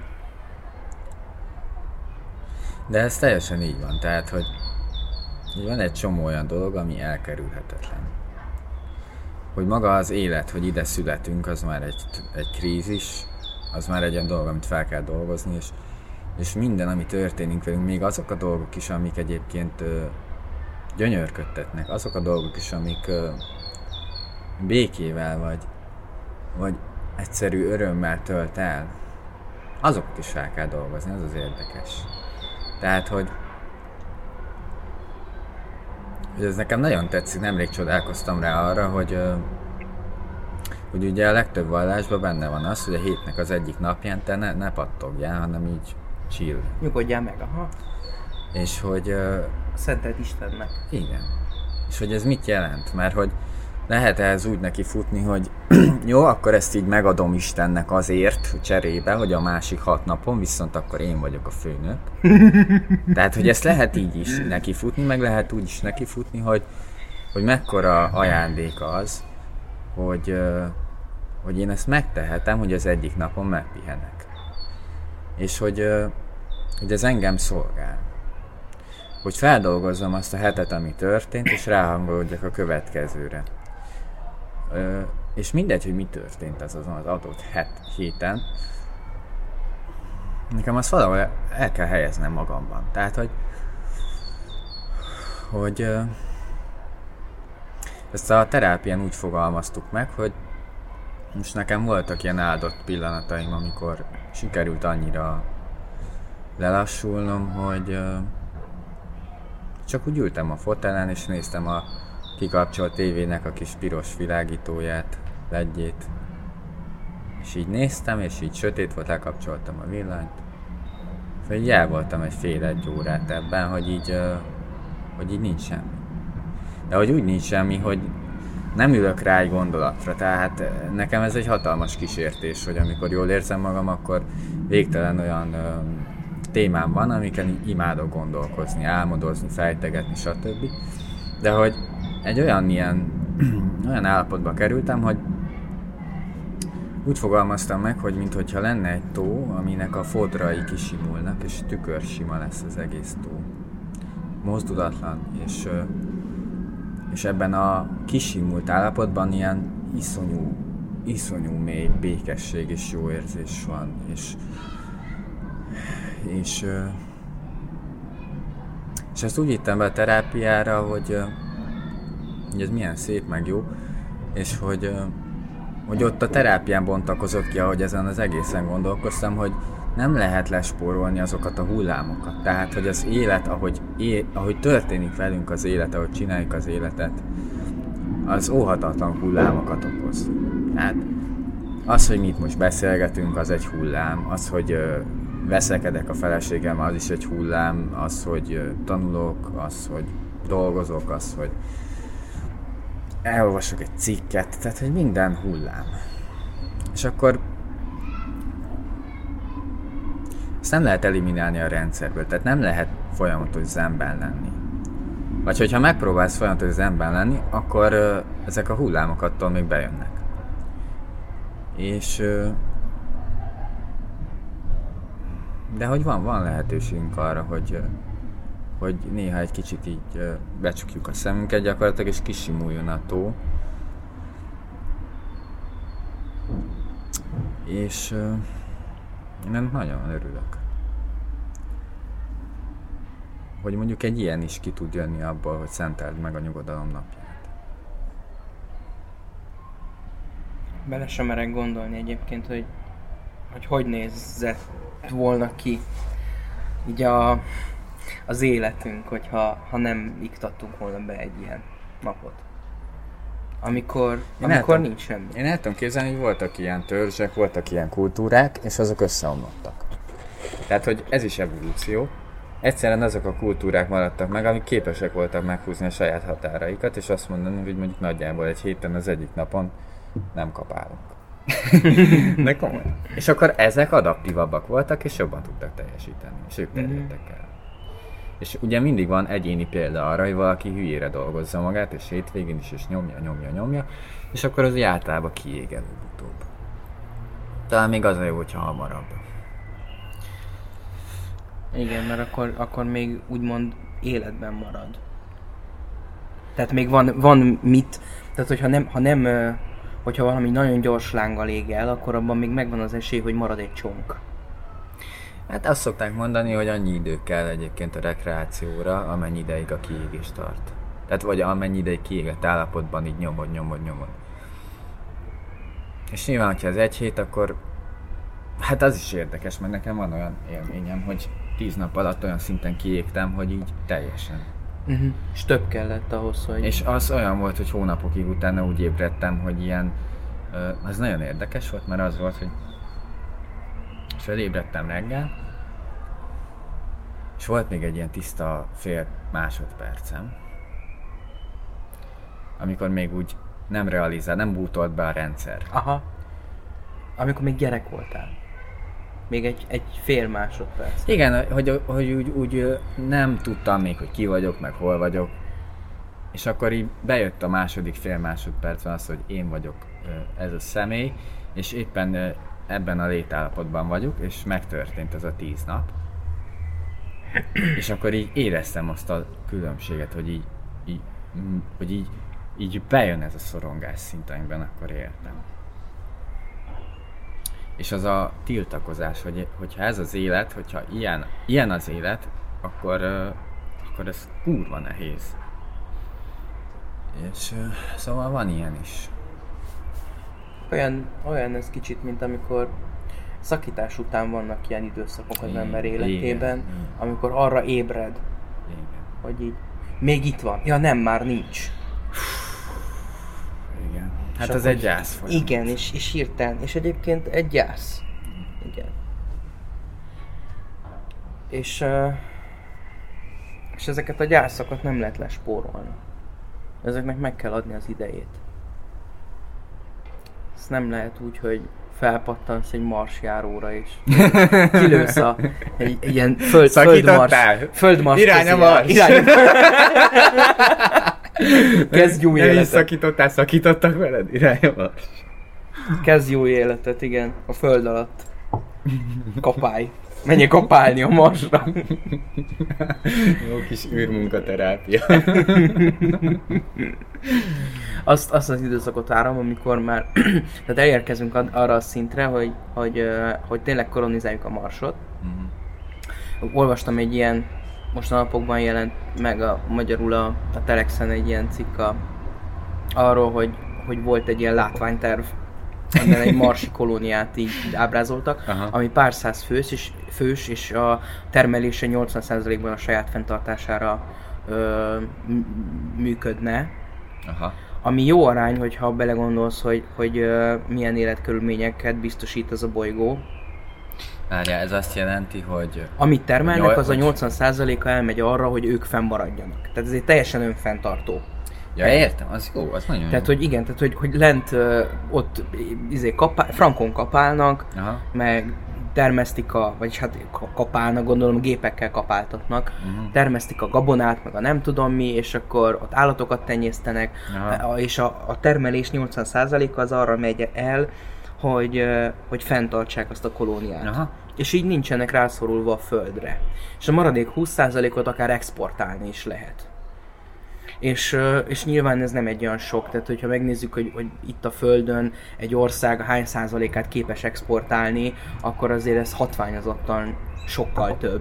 De ez teljesen így van, tehát, hogy van egy csomó olyan dolog, ami elkerülhetetlen. Hogy maga az élet, hogy ide születünk, az már egy krízis, az már egy olyan dolog, amit fel kell dolgozni, és minden, ami történik velünk, még azok a dolgok is, amik egyébként gyönyörködtetnek, azok a dolgok is, amik békével vagy egyszerű örömmel tölt el, azokat is fel kell dolgozni, az az érdekes. Tehát, hogy ez nekem nagyon tetszik, nemrég csodálkoztam rá arra, hogy ugye a legtöbb vallásban benne van az, hogy a hétnek az egyik napján te ne pattogjál, hanem így chill. Nyugodjál meg, aha. És hogy... Szentelt Istennek. Igen. És hogy ez mit jelent? Mert hogy lehet ehhez úgy neki futni, hogy jó, akkor ezt így megadom Istennek azért cserébe, hogy a másik 6 napon viszont akkor én vagyok a főnök. Tehát, hogy ezt lehet így is neki futni, meg lehet úgy is neki futni, hogy mekkora ajándék az, hogy én ezt megtehetem, hogy az egyik napon megpihenek. És hogy ez engem szolgál. Hogy feldolgozzam azt a hetet, ami történt, és ráhangolódjak a következőre. És mindegy, hogy mi történt azon az adott héten, nekem azt valahol el kell helyeznem magamban. Tehát, hogy ezt a terápián úgy fogalmaztuk meg, hogy most nekem voltak ilyen áldott pillanataim, amikor sikerült annyira lelassulnom, hogy csak úgy ültem a fotelen, és néztem a kikapcsolt tévének a kis piros világítóját, ledjét. És így néztem, és így sötét volt, lekapcsoltam a villanyt. Így el voltam egy fél-egy órát ebben, hogy így nincs semmi. De hogy úgy nincs semmi, hogy nem ülök rá egy gondolatra, tehát nekem ez egy hatalmas kísértés, hogy amikor jól érzem magam, akkor végtelen olyan témám van, amiken imádok gondolkozni, álmodozni, fejtegetni, stb. De hogy egy olyan állapotba kerültem, hogy úgy fogalmaztam meg, hogy minthogyha lenne egy tó, aminek a fodrai kisimulnak, és tükörsima lesz az egész tó. Mozdulatlan, és ebben a kisimult állapotban ilyen iszonyú mély békesség és jó érzés van, és ezt úgy vittem be a terápiára, hogy ez milyen szép, meg jó, és hogy ott a terápián bontakozott ki, ahogy ezen az egészen gondolkoztam, hogy nem lehet lespórolni azokat a hullámokat. Tehát, hogy az élet, ahogy történik velünk az élet, ahogy csináljuk az életet, az óhatatlan hullámokat okoz. Hát az, hogy mi itt most beszélgetünk, az egy hullám. Az, hogy veszekedek a feleségem, az is egy hullám. Az, hogy tanulok, az, hogy dolgozok, az, hogy elolvasok egy cikket. Tehát, hogy minden hullám. És akkor ezt nem lehet eliminálni a rendszerből, tehát nem lehet folyamatos zenben lenni. Vagy hogyha megpróbálsz folyamatos zenben lenni, akkor ezek a hullámok attól még bejönnek. De hogy van lehetőségünk arra, hogy néha egy kicsit így becsukjuk a szemünket gyakorlatilag, és kisimuljon a tó. És én nagyon örülök, hogy mondjuk egy ilyen is ki tud jönni abból, hogy szenteld meg a nyugodalom napját. Bele sem merek gondolni egyébként, hogy nézzett volna ki így az életünk, hogyha nem iktattunk volna be egy ilyen napot. Amikor nincs semmi. Én el tudom képzelni, hogy voltak ilyen törzsek, voltak ilyen kultúrák, és azok összeomlottak. Tehát, hogy ez is evolúció. Egyszerűen azok a kultúrák maradtak meg, amik képesek voltak meghúzni a saját határaikat, és azt mondani, hogy mondjuk nagyjából egy héten az egyik napon nem kapálunk. De komolyan. És akkor ezek adaptívabbak voltak, és jobban tudtak teljesíteni, és ők terjedtek el. És ugye mindig van egyéni példa arra, hogy valaki hülyére dolgozza magát, és hétvégén is, és nyomja, és akkor az általában kiég előbb-utóbb. Talán még az a jó, hogyha hamarabb. Igen, mert akkor még úgymond életben marad. Tehát még van mit, tehát hogyha valami nagyon gyors lánggal ég el, akkor abban még megvan az esély, hogy marad egy csonk. Hát azt szokták mondani, hogy annyi idő kell egyébként a rekreációra, amennyi ideig a kiégés tart. Tehát vagy amennyi ideig kiégett állapotban így nyomod. És nyilván, hogyha ez egy hét, akkor hát az is érdekes, mert nekem van olyan élményem, hogy 10 nap alatt olyan szinten kiégtem, hogy így teljesen. És több kellett ahhoz, hogy... És az olyan volt, hogy hónapokig utána úgy ébredtem, hogy ilyen... az nagyon érdekes volt, mert az volt, hogy felébredtem reggel, és volt még egy ilyen tiszta fél másodpercem, amikor még úgy nem bútolt be a rendszer. Aha. Amikor még gyerek voltál. Még egy fél másodperc. Igen, hogy úgy nem tudtam még, hogy ki vagyok, meg hol vagyok. És akkor így bejött a második fél másodpercben az, hogy én vagyok ez a személy, és éppen ebben a létállapotban vagyok, és megtörtént ez a 10 nap. És akkor így éreztem azt a különbséget, hogy így bejön ez a szorongás szint, amiben akkor éltem. És az a tiltakozás, hogyha ez az élet, hogyha ilyen az élet, akkor ez kurva nehéz. És szóval van ilyen is. Olyan ez kicsit, mint amikor szakítás után vannak ilyen időszakok az ember életében, amikor arra ébred, hogy így még itt van. Ja nem, már nincs. Igen. Hát az egy gyász folyamat. Igen, és hirtelen. És egyébként egy gyász. Igen. És ezeket a gyászokat nem lehet lespórolni. Ezeknek meg kell adni az idejét. Ezt nem lehet úgy, hogy felpattansz egy marsjáróra és kilősz egy ilyen földmars. Irány a mars! Kezdj új életet. Szakítottak veled? Irány a mars. Kezdj új életet, igen. A föld alatt. Kapálj. Menjél kapálni a marsra. Jó kis űrmunkaterápia. Azt az időszakot várom, amikor már tehát elérkezünk arra a szintre, hogy tényleg kolonizáljuk a Marsot. Olvastam egy ilyen, most a napokban jelent meg magyarul a Telexen egy ilyen cikk arról, hogy volt egy ilyen látványterv, amiben egy marsi kolóniát így ábrázoltak, ami pár száz fős, és a termelése 80%-ban a saját fenntartására működne. Aha. Ami jó arány, hogyha belegondolsz, hogy milyen életkörülményeket biztosít az a bolygó. Várjál, ez azt jelenti, hogy... Amit termelnek, az a 80%-a elmegy arra, hogy ők fennmaradjanak. Tehát ez egy teljesen önfenntartó. Ja, értem, az jó, az nagyon tehát, jó. hogy igen, tehát hogy lent ott frankon kapálnak, meg termesztik vagyis hát kapálnak, gondolom gépekkel kapáltatnak, termesztik a gabonát, meg a nem tudom mi, és akkor ott állatokat tenyésztenek, és a termelés 80%-a az arra megy el, hogy fenntartsák azt a kolóniát. Aha. És így nincsenek rászorulva a földre. És a maradék 20%-ot akár exportálni is lehet. És nyilván ez nem egy olyan sok, tehát hogyha megnézzük, hogy itt a Földön egy ország hány százalékát képes exportálni, akkor azért ez hatványozottan sokkal több.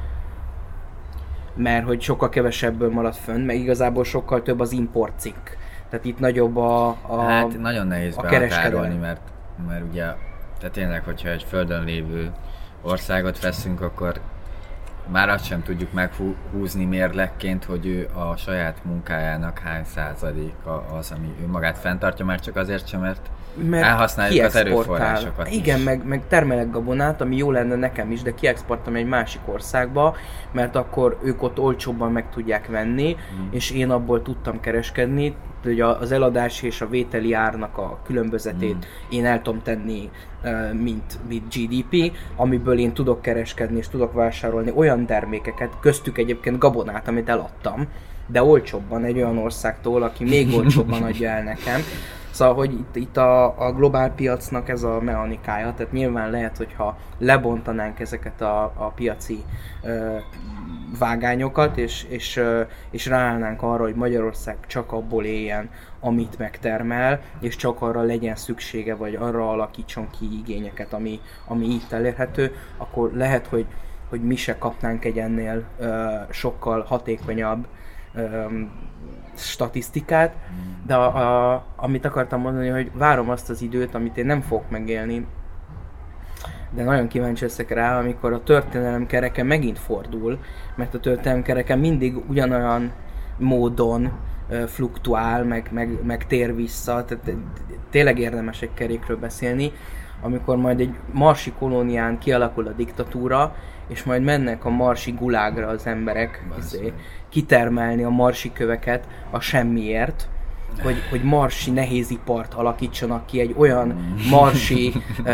Mert hogy sokkal kevesebből marad fönn, meg igazából sokkal több az importcikk. Tehát itt nagyobb hát nagyon nehéz behatárolni, mert ugye, tehát tényleg, hogyha egy Földön lévő országot veszünk, akkor már azt sem tudjuk meghúzni mérlegként, hogy ő a saját munkájának hány százaléka az, ami ő magát fenntartja, már csak azért sem, mert elhasználjuk az erőforrásokat. Igen, meg termelek gabonát, ami jó lenne nekem is, de kiexportálom egy másik országba, mert akkor ők ott olcsóbban meg tudják venni, és én abból tudtam kereskedni, hogy az eladási és a vételi árnak a különbözetét én el tudom tenni, mint GDP, amiből én tudok kereskedni és tudok vásárolni olyan termékeket, köztük egyébként gabonát, amit eladtam, de olcsóbban egy olyan országtól, aki még olcsóbban adja el nekem. Szóval, hogy itt a globál piacnak ez a mechanikája, tehát nyilván lehet, hogyha lebontanánk ezeket a piaci vágányokat, és ráállnánk arra, hogy Magyarország csak abból éljen, amit megtermel, és csak arra legyen szüksége, vagy arra alakítson ki igényeket, ami itt elérhető, akkor lehet, hogy mi se kapnánk egy ennél sokkal hatékonyabb statisztikát, de amit akartam mondani, hogy várom azt az időt, amit én nem fogok megélni, de nagyon kíváncsi leszek rá, amikor a történelem kereke megint fordul, mert a történelem kereke mindig ugyanolyan módon fluktuál, meg tér vissza, tehát tényleg érdemes egy kerékről beszélni, amikor majd egy marsi kolónián kialakul a diktatúra, és majd mennek a marsi gulágra az emberek kitermelni a marsi köveket a semmiért, hogy marsi nehézipart alakítsanak ki egy olyan marsi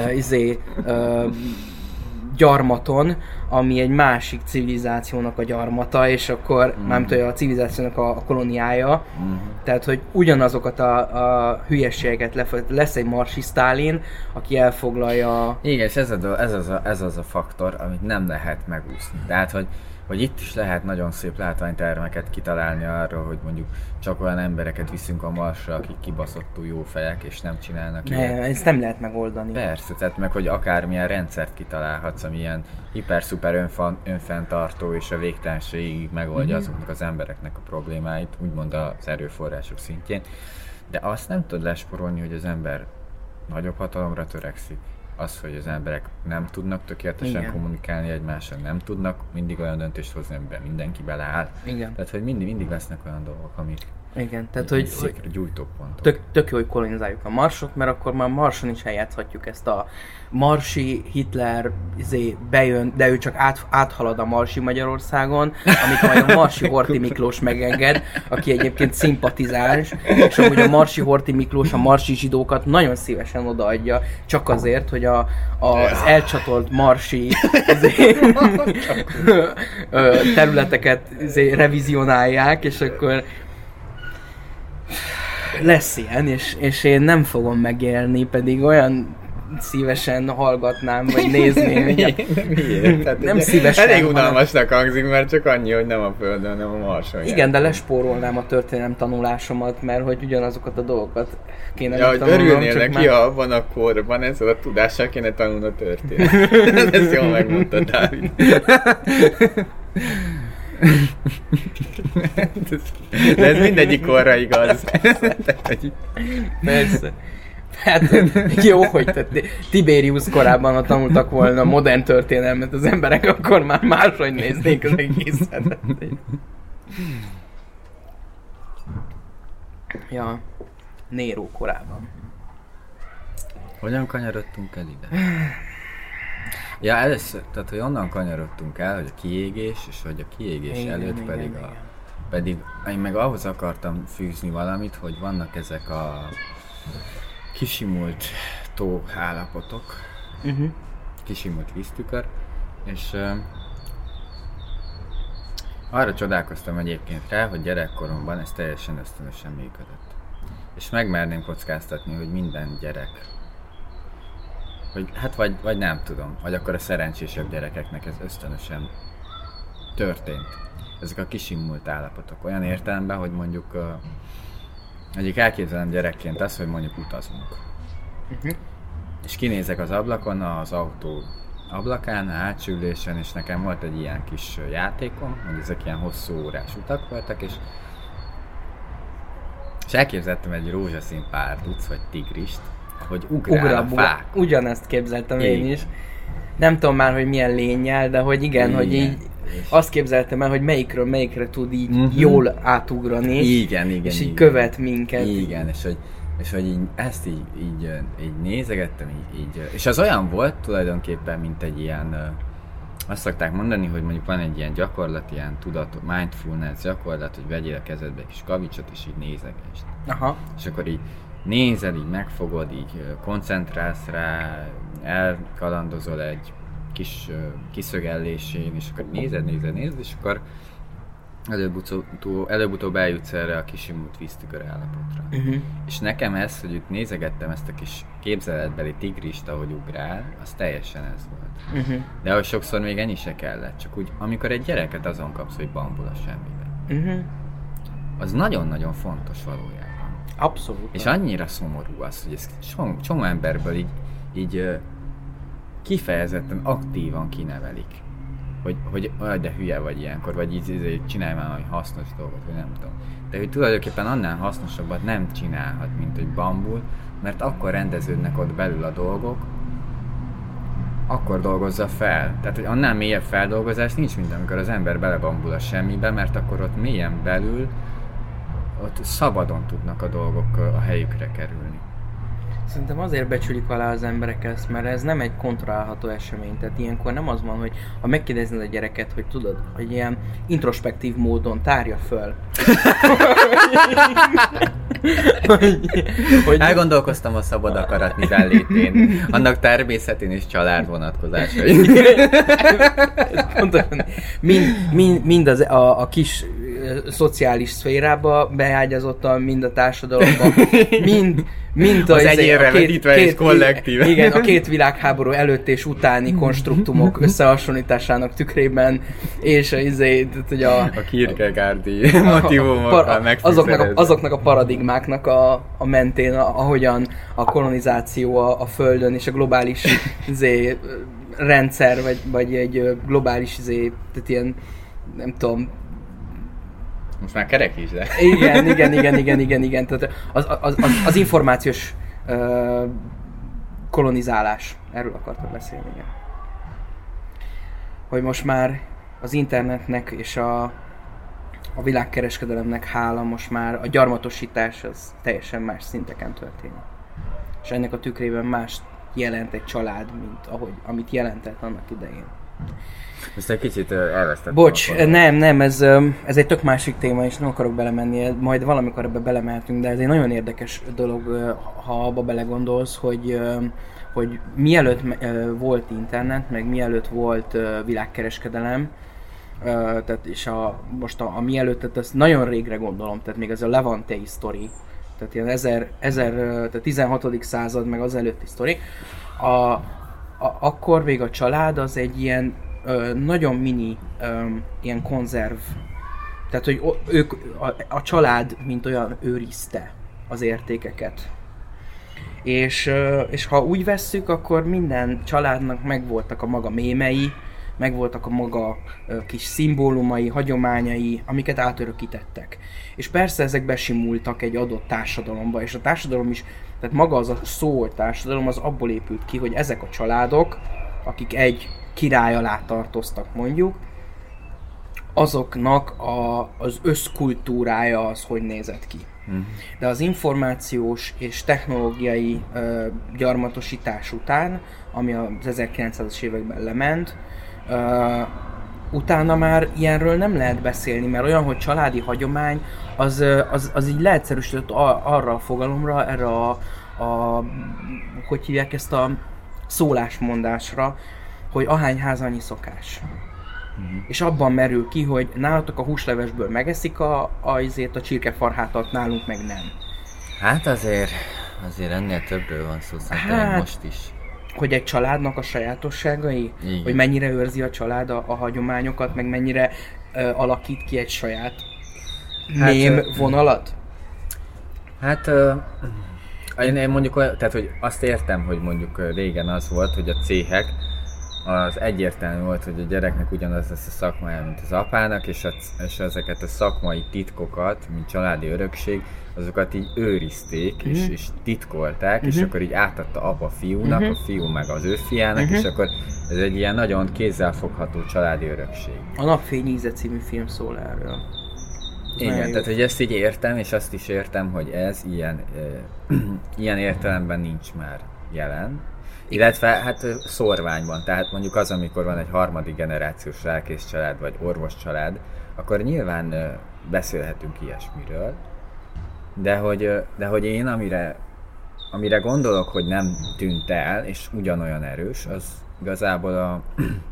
gyarmaton, ami egy másik civilizációnak a gyarmata, és akkor nem tudom, a civilizációnak a kolóniája. Tehát, hogy ugyanazokat a hülyeségeket lesz egy marsi Sztálin, aki elfoglalja... Igen, és ez az a faktor, amit nem lehet megúszni. Tehát, hogy hogy itt is lehet nagyon szép látványtermeket kitalálni arra, hogy mondjuk csak olyan embereket viszünk a Marsra, akik kibaszottul jó fejek, és nem csinálnak ilyet. Ezt nem lehet megoldani. Persze, tehát meg, hogy akármilyen rendszert kitalálhatsz, ami ilyen hiper-szuper önfenntartó, és a végtelenségig megoldja azoknak az embereknek a problémáit, úgymond az erőforrások szintjén. De azt nem tudod lesporolni, hogy az ember nagyobb hatalomra törekszik. Az, hogy az emberek nem tudnak tökéletesen kommunikálni egymással, nem tudnak mindig olyan döntést hozni, amiben mindenki beleáll. Igen. Tehát, hogy mindig lesznek olyan dolgok, amik igen, tehát hogy gyújtópontok. Tök jó, hogy kolonizáljuk a Marsot, mert akkor már Marson is eljátszhatjuk ezt a marsi Hitler bejön, de ő csak áthalad a marsi Magyarországon, amit majd a marsi Horthy Miklós megenged, aki egyébként szimpatizáns, és amúgy a marsi Horthy Miklós a marsi zsidókat nagyon szívesen odaadja, csak azért, hogy az elcsatolt marsi területeket revizionálják, és akkor lesz ilyen, és én nem fogom megélni, pedig olyan szívesen hallgatnám, vagy nézném. Miért? Nem szívesen. Elég unalmasnak hangzik, mert csak annyi, hogy nem a Földön, hanem a Marson. Igen, de lespórolnám a történelem tanulásomat, mert hogy ugyanazokat a dolgokat kéne megtanulnom. Ja, hogy örülnél neki, ha abban a korban ezzel a tudással kéne tanulni a történelmet. Ezt jól megmondtad, Dávid. De ez mindegyik korra igaz. Persze. Hát jó, hogy Tiberius korában, ha tanultak volna modern történelmet az emberek, akkor már máshogy néznék az egészet. Ja, Néró korában. Hogyan kanyarodtunk el ide? Ja, először, tehát hogy onnan kanyarodtunk el, hogy a kiégés, és hogy a kiégés igen, előtt igen. Pedig én meg ahhoz akartam fűzni valamit, hogy vannak ezek a kisimult tó állapotok, kisimult víztükör, és arra csodálkoztam egyébként rá, hogy gyerekkoromban ez teljesen ösztönösen működött. És megmerném kockáztatni, hogy minden gyerek, vagy nem tudom, vagy akkor a szerencsésebb gyerekeknek ez ösztönösen történt. Ezek a kisimult állapotok. Olyan értelemben, hogy mondjuk egyik elképzelem gyerekként az, hogy mondjuk utazunk. És kinézek az ablakon, az autó ablakán, a hátsülésen, és nekem volt egy ilyen kis játékom, hogy ezek ilyen hosszú órás utak voltak, és elképzeltem egy rózsaszín párduc, vagy tigrist, hogy ugrál a fák. Ugyanezt képzeltem én is. Nem tudom már, hogy milyen lénnyel, de hogy igen, hogy így azt képzeltem el, hogy melyikről melyikre tud így jól átugrani. Igen. És így követ minket. Igen, és hogy így, ezt így nézegettem, így, és az olyan volt tulajdonképpen, mint egy ilyen, azt szokták mondani, hogy mondjuk van egy ilyen gyakorlat, ilyen mindfulness gyakorlat, hogy vegyél a kezedbe egy kis kavicsot, és így nézegesd. Aha. És akkor így nézed, így megfogod, így koncentrálsz rá, elkalandozol egy kis kiszögellésén, és akkor nézed, és akkor előbb-utóbb eljutsz erre a kisimult víztükör állapotra. És nekem ez, hogy itt nézegettem ezt a kis képzeletbeli tigrist, ahogy ugrál, az teljesen ez volt. De ahogy sokszor még ennyi se kellett, csak úgy, amikor egy gyereket azon kapsz, hogy bambul a semmibe. Az nagyon-nagyon fontos valójában. Abszolút. És annyira szomorú az, hogy ez csomó emberből így kifejezetten aktívan kinevelik. Hogy de hülye vagy ilyenkor, vagy így csinálj már valami hasznos dolgot, vagy nem tudom. De hogy tulajdonképpen annál hasznosabbat nem csinálhat, mint hogy bambul, mert akkor rendeződnek ott belül a dolgok, akkor dolgozza fel. Tehát, hogy annál mélyebb feldolgozás nincs, mint amikor az ember belebambul a semmibe, mert akkor ott mélyen belül ott szabadon tudnak a dolgok a helyükre kerülni. Szerintem azért becsülik alá az emberek ezt, mert ez nem egy kontrollálható esemény. Tehát ilyenkor nem az van, hogy ha megkérdeznéd a gyereket, hogy tudod, hogy ilyen introspektív módon tárja föl. hogy elgondolkoztam a szabad akarat mivellétén, annak természetén és család vonatkozásai. Pontosan. Mind a kis szociális szférába beágyazottan, mind a társadalomba, mind az egyénre vetítve és kollektíve. Igen, a két világháború előtt és utáni konstruktumok összehasonlításának tükrében, és a Kierkegaardi motivumokkal azoknak a paradigmáknak a mentén, ahogyan a kolonizáció a Földön és a globális rendszer, vagy egy globális, tehát ilyen, nem tudom... Most már kerek is, de... Igen. Tehát az információs kolonizálás. Erről akartam beszélni, igen. Hogy most már az internetnek és a világkereskedelemnek hála most már a gyarmatosítás az teljesen más szinteken történik. És ennek a tükrében más jelent egy család, mint amit jelentett annak idején. Ezt egy kicsit elvesztettem. Bocs, nem, ez egy tök másik téma, és nem akarok belemenni, majd valamikor ebbe belemeltünk, de ez egy nagyon érdekes dolog, ha abba belegondolsz, hogy mielőtt volt internet, meg mielőtt volt világkereskedelem, tehát és most a mielőtt, ezt nagyon régre gondolom, tehát még ez a Levantei sztori, tehát ilyen tehát 16. század, meg az előtti sztori, akkor még a család az egy ilyen nagyon mini ilyen konzerv, tehát hogy ők, a család mint olyan őrizte az értékeket. És ha úgy vesszük, akkor minden családnak megvoltak a maga mémei, megvoltak a maga kis szimbólumai, hagyományai, amiket átörökítettek. És persze ezek besimultak egy adott társadalomba, és a társadalom is, tehát maga az a szó, társadalom az abból épült ki, hogy ezek a családok, akik egy király alá tartoztak mondjuk, azoknak az összkultúrája az hogy nézett ki. De az információs és technológiai gyarmatosítás után, ami az 1900-as években lement, utána már ilyenről nem lehet beszélni, mert olyan, hogy családi hagyomány, az így leegyszerűsített arra a fogalomra, erre hogy hívják ezt a szólásmondásra, hogy ahány ház, annyi szokás. És abban merül ki, hogy nálatok a húslevesből megeszik a csirkefarhátat, nálunk meg nem. Hát azért ennél többről van szó, szerintem most is. Hogy egy családnak a sajátosságai, igen. Hogy mennyire őrzi a család a hagyományokat, meg mennyire alakít ki egy saját mém vonalat? Hát én mondjuk, tehát hogy azt értem, hogy mondjuk régen az volt, hogy a céhek, az egyértelmű volt, hogy a gyereknek ugyanaz lesz a szakmája, mint az apának, és ezeket a szakmai titkokat, mint családi örökség, azokat így őrizték, és titkolták, és akkor így átadta apa fiúnak, a fiú meg az ő fiának, és akkor ez egy ilyen nagyon kézzelfogható családi örökség. A Napfény íze című film szól erről. Igen, tehát hogy ezt így értem, és azt is értem, hogy ez ilyen értelemben nincs már jelen. Illetve hát szórványban, tehát mondjuk az, amikor van egy harmadik generációs lelkész család, vagy orvos család, akkor nyilván beszélhetünk ilyesmiről, de hogy én amire gondolok, hogy nem tűnt el, és ugyanolyan erős, az igazából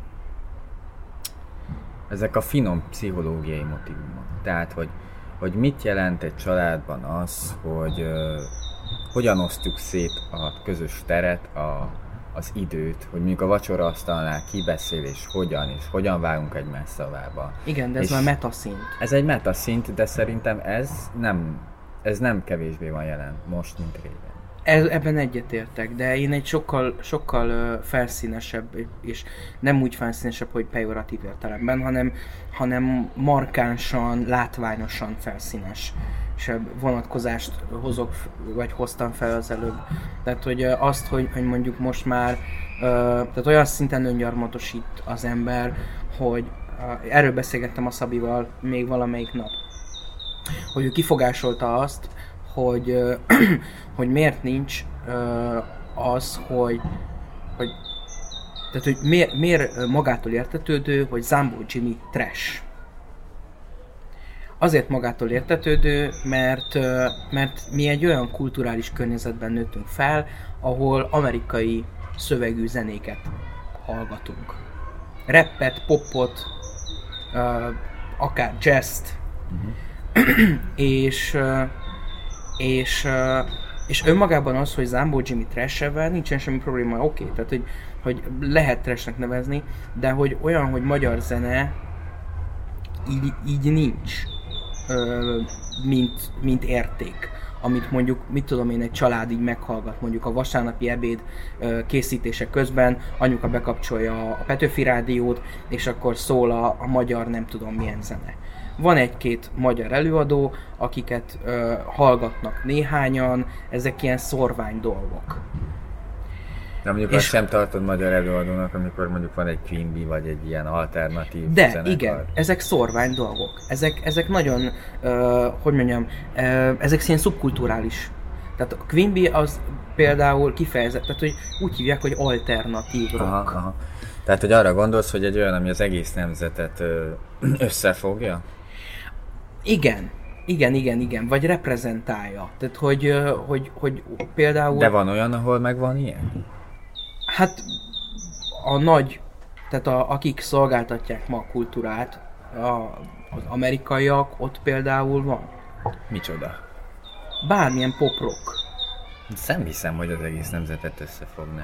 ezek a finom pszichológiai motívumok. Tehát, hogy mit jelent egy családban az, hogy hogyan osztjuk szét a közös teret, az időt, hogy mondjuk a vacsoraasztalnál ki beszél és hogyan vágunk egymás szavába. Igen, de ez már metaszint. Ez egy metaszint, de szerintem ez nem kevésbé van jelen most, mint régen. Ebben egyetértek, de én egy sokkal felszínesebb, és nem úgy felszínesebb, hogy pejoratív értelemben, hanem markánsan, látványosan felszínes vonatkozást hoztam fel az előbb. Tehát, hogy azt, hogy mondjuk most már tehát olyan szinten öngyarmatosít az ember, hogy erről beszélgettem a Szabival még valamelyik nap, hogy ő kifogásolta azt, hogy miért nincs az, hogy miért magától értetődő, hogy Zambó Jimmy trash. Azért magától értetődő, mert mi egy olyan kulturális környezetben nőttünk fel, ahol amerikai szövegű zenéket hallgatunk. Rappet, popot, akár jazzt, És önmagában az, hogy Zambó Jimmy trash-evel nincsen semmi probléma, oké, tehát hogy lehet trashnek nevezni, de hogy olyan, hogy magyar zene így nincs, mint érték, amit mondjuk, mit tudom én, egy család így meghallgat, mondjuk a vasárnapi ebéd készítése közben, anyuka bekapcsolja a Petőfi rádiót, és akkor szól a magyar nem tudom milyen zene. Van egy-két magyar előadó, akiket hallgatnak néhányan, ezek ilyen szorvány dolgok. De mondjuk azt sem tartod magyar előadónak, amikor mondjuk van egy Queen Bee, vagy egy ilyen alternatív de zenekar. igen, ezek szorvány dolgok. Ezek nagyon, hogy mondjam, ezek ilyen szubkulturális. Tehát a Queen Bee az például kifejezett, tehát hogy úgy hívják, hogy alternatív rock. Aha. Tehát, hogy arra gondolsz, hogy egy olyan, ami az egész nemzetet összefogja? Igen, vagy reprezentálja. Tehát, hogy például... De van olyan, ahol megvan ilyen? Hát tehát akik szolgáltatják ma a kultúrát, az amerikaiak, ott például van. Micsoda? Bármilyen pop-rock. Nem hiszem, hogy az egész nemzetet összefogná.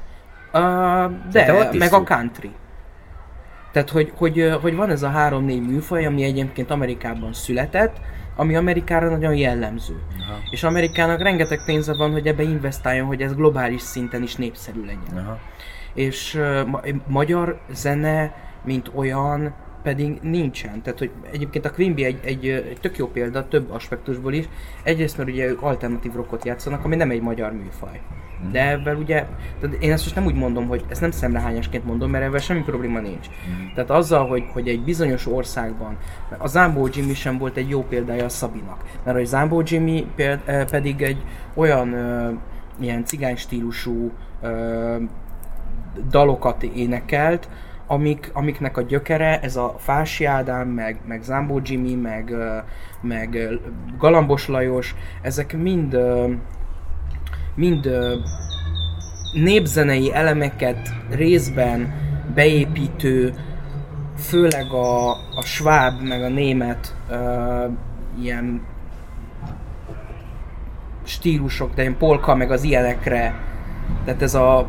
De meg a country. Tehát, hogy van ez a 3-4 műfaj, ami egyébként Amerikában született, ami Amerikára nagyon jellemző. Aha. És Amerikának rengeteg pénze van, hogy ebbe investáljon, hogy ez globális szinten is népszerű legyen. Aha. És magyar zene, mint olyan, pedig nincsen. Tehát, hogy egyébként a Queen Bee egy tök jó példa, több aspektusból is. Egyrészt, mert ugye ők alternatív rockot játszanak, ami nem egy magyar műfaj. De ebben ugye, tehát én ezt most nem úgy mondom, hogy ezt nem szemrehányásként mondom, mert ebben semmi probléma nincs. Tehát azzal, hogy egy bizonyos országban, a Zambó Jimmy sem volt egy jó példája a Szabinak, mert a Zambó Jimmy pedig egy olyan ilyen cigány stílusú dalokat énekelt, amiknek a gyökere, ez a Fási Ádám, meg Zambó Jimmy, meg Galambos Lajos, ezek mind népzenei elemeket részben beépítő, főleg a sváb meg a német ilyen stílusok, de ilyen polka meg az ilyenekre, tehát ez a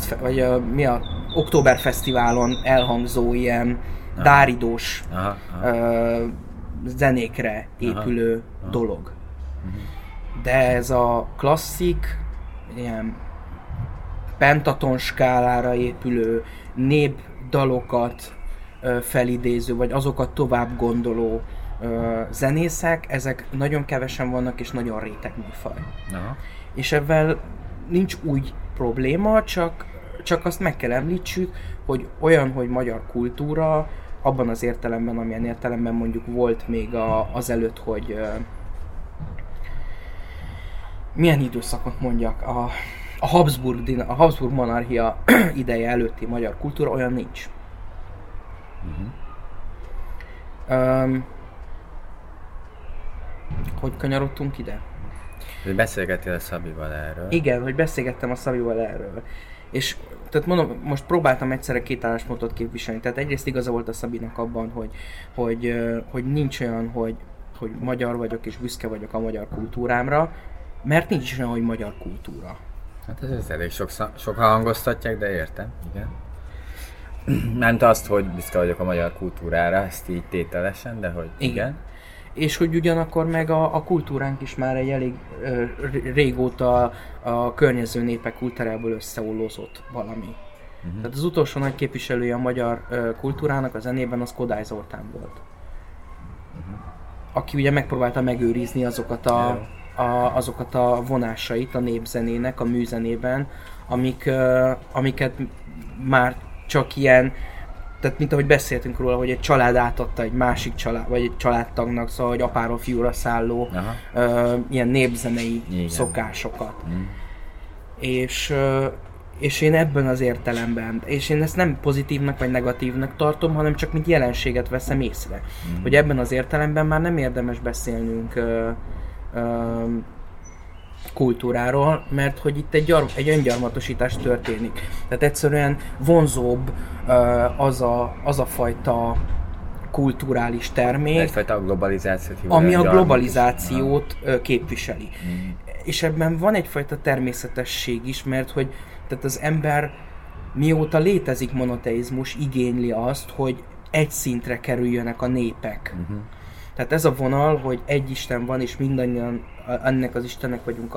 Októberfesztiválon elhangzó ilyen dáridós zenékre épülő dolog. De ez a klasszik, ilyen pentaton skálára épülő népdalokat felidéző, vagy azokat tovább gondoló zenészek, ezek nagyon kevesen vannak, és nagyon réteg műfaj. És ebben nincs úgy probléma, csak azt meg kell említsük, hogy olyan, hogy magyar kultúra, abban az értelemben, amilyen értelemben mondjuk volt még azelőtt, hogy milyen időszakot mondjak, a Habsburg monarchia ideje előtti magyar kultúra, olyan nincs. Hogy kanyarodtunk ide? Hogy beszélgettél a Szabival erről. Igen, hogy beszélgettem a Szabival erről. És tehát mondom, most próbáltam egyszerre két álláspontot képviselni. Tehát egyrészt igaza volt a Szabinak abban, hogy nincs olyan, hogy magyar vagyok és büszke vagyok a magyar kultúrámra, mert nincs olyan, hogy magyar kultúra. Hát ez elég sokan hangoztatják, de értem, igen. Nem azt, hogy büszke vagyok a magyar kultúrára, ezt így tételesen, de hogy igen. És hogy ugyanakkor meg a kultúránk is már egy elég régóta a környező népek kultúrából összeollózott valami. Tehát az utolsó nagy képviselője a magyar kultúrának a zenében az Kodály Zoltán volt. Aki ugye megpróbálta megőrizni azokat a vonásait a népzenének, a műzenében, amiket már csak ilyen, tehát mint ahogy beszéltünk róla, hogy egy család átadta egy másik család, vagy egy családtagnak, szóval hogy apáról fiúra szálló ilyen népzenei szokásokat. És én ebben az értelemben, és én ezt nem pozitívnak vagy negatívnak tartom, hanem csak mint jelenséget veszem észre. Hogy ebben az értelemben már nem érdemes beszélnünk kultúráról, mert hogy itt egy öngyarmatosítás történik. Tehát egyszerűen vonzóbb az a fajta kulturális termék, egyfajta globalizációt, ami a globalizációt képviseli. És ebben van egyfajta természetesség is, mert hogy tehát az ember mióta létezik monoteizmus, igényli azt, hogy egy szintre kerüljönek a népek. Tehát ez a vonal, hogy egy Isten van, és mindannyian ennek az Istennek vagyunk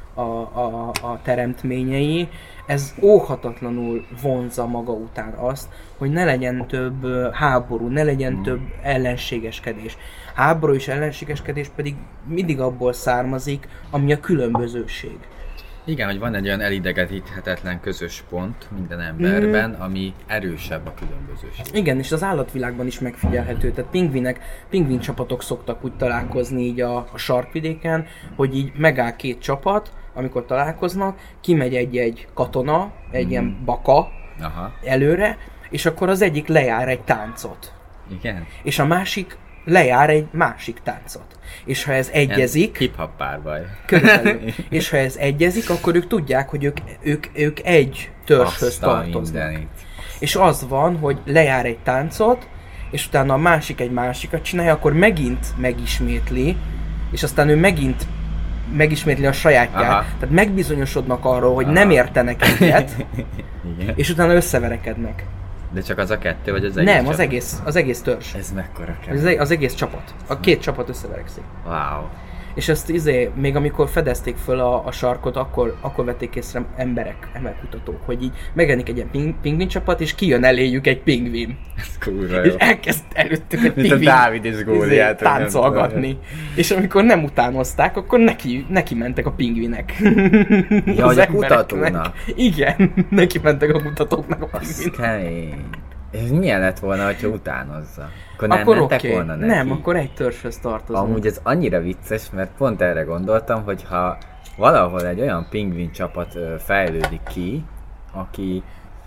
a teremtményei, ez óhatatlanul vonzza maga után azt, hogy ne legyen több háború, ne legyen több ellenségeskedés. Háború és ellenségeskedés pedig mindig abból származik, ami a különbözőség. Igen, hogy van egy olyan elidegeníthetetlen közös pont minden emberben, ami erősebb a különbözőség. Igen, és az állatvilágban is megfigyelhető. Tehát pingvin csapatok szoktak úgy találkozni így a sarkvidéken, hogy így megáll két csapat, amikor találkoznak, kimegy egy katona, egy ilyen baka előre, és akkor az egyik lejár egy táncot. Igen. És a másik lejár egy másik táncot. És ha ez egyezik... Hip-hop párbaj. Körülbelül. És ha ez egyezik, akkor ők tudják, hogy ők egy törzshöz tartoznak. És az van, hogy lejár egy táncot, és utána a másik egy másikat csinálja, akkor megint megismétli, és aztán ő megint megismétli a sajátját. Tehát megbizonyosodnak arról, hogy nem értenek egyet, és utána összeverekednek. De csak az a kettő, vagy az egész Nem, csapat? az egész törzs. Ez mekkora kemény. Az egész csapat. A két csapat összeverekszik. Wow. És ezt még amikor fedezték föl a sarkot, akkor vették észre emberkutatók, hogy így megjelenik egy ilyen pingvin csapat, és kijön eléjük egy pingvin. Ez kurva És elkezd előttük egy pingvin Dávid és Góliát táncolgatni. És amikor nem utánozták, akkor neki mentek a pingvinek. Ja, hogy a kutatónak. Igen, neki mentek a kutatóknak a pingvinek. Kemény. És milyen lett volna, hogyha utánozza? Akkor nem akkor mentek okay. volna neki? Nem, akkor egy törzshöz tartozunk. Amúgy ez annyira vicces, mert pont erre gondoltam, hogy ha valahol egy olyan pingvin csapat fejlődik ki, aki...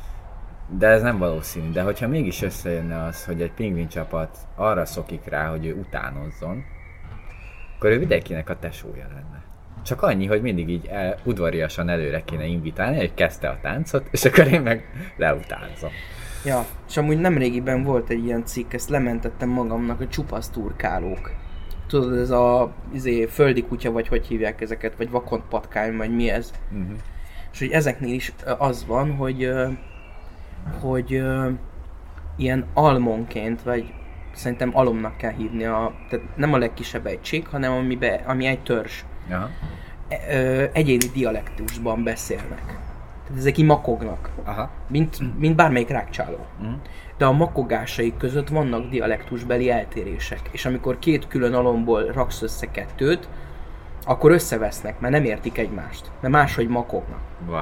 De ez nem valószínű, de hogyha mégis összejönne az, hogy egy pingvin csapat arra szokik rá, hogy ő utánozzon, akkor ő mindenkinek a tesója lenne. Csak annyi, hogy mindig így udvariasan előre kéne invitálni, hogy kezdte a táncot, és akkor én meg leutánzom. Ja, és amúgy nemrégiben volt egy ilyen cikk, ezt lementettem magamnak, a csupasz turkálók. Tudod, ez a földi kutya, vagy hogy hívják ezeket, vagy vakond patkány, vagy mi ez. És hogy ezeknél is az van, hogy ilyen almonként, vagy szerintem alomnak kell hívni, tehát nem a legkisebb egység, hanem ami egy törzs. Aha. Egyéni dialektusban beszélnek. Tehát ezek így makognak, mint bármelyik rákcsáló. De a makogásaik között vannak dialektusbeli eltérések. És amikor két külön alomból raksz össze kettőt, akkor összevesznek, mert nem értik egymást. Mert máshogy makognak. Wow.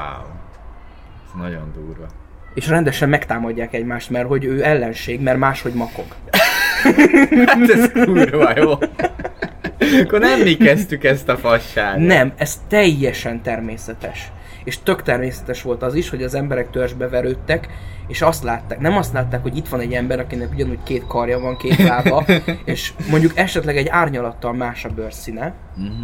Ez nagyon durva. És rendesen megtámadják egymást, mert hogy ő ellenség, mert máshogy makog. Hát ez kurva jó. Akkor nem mi kezdtük ezt a fasságot. Nem, ez teljesen természetes. És tök természetes volt az is, hogy az emberek törzsbe verődtek, és nem azt látták, hogy itt van egy ember, akinek ugyanúgy két karja van, két lába, és mondjuk esetleg egy árnyalattal más a bőrszíne.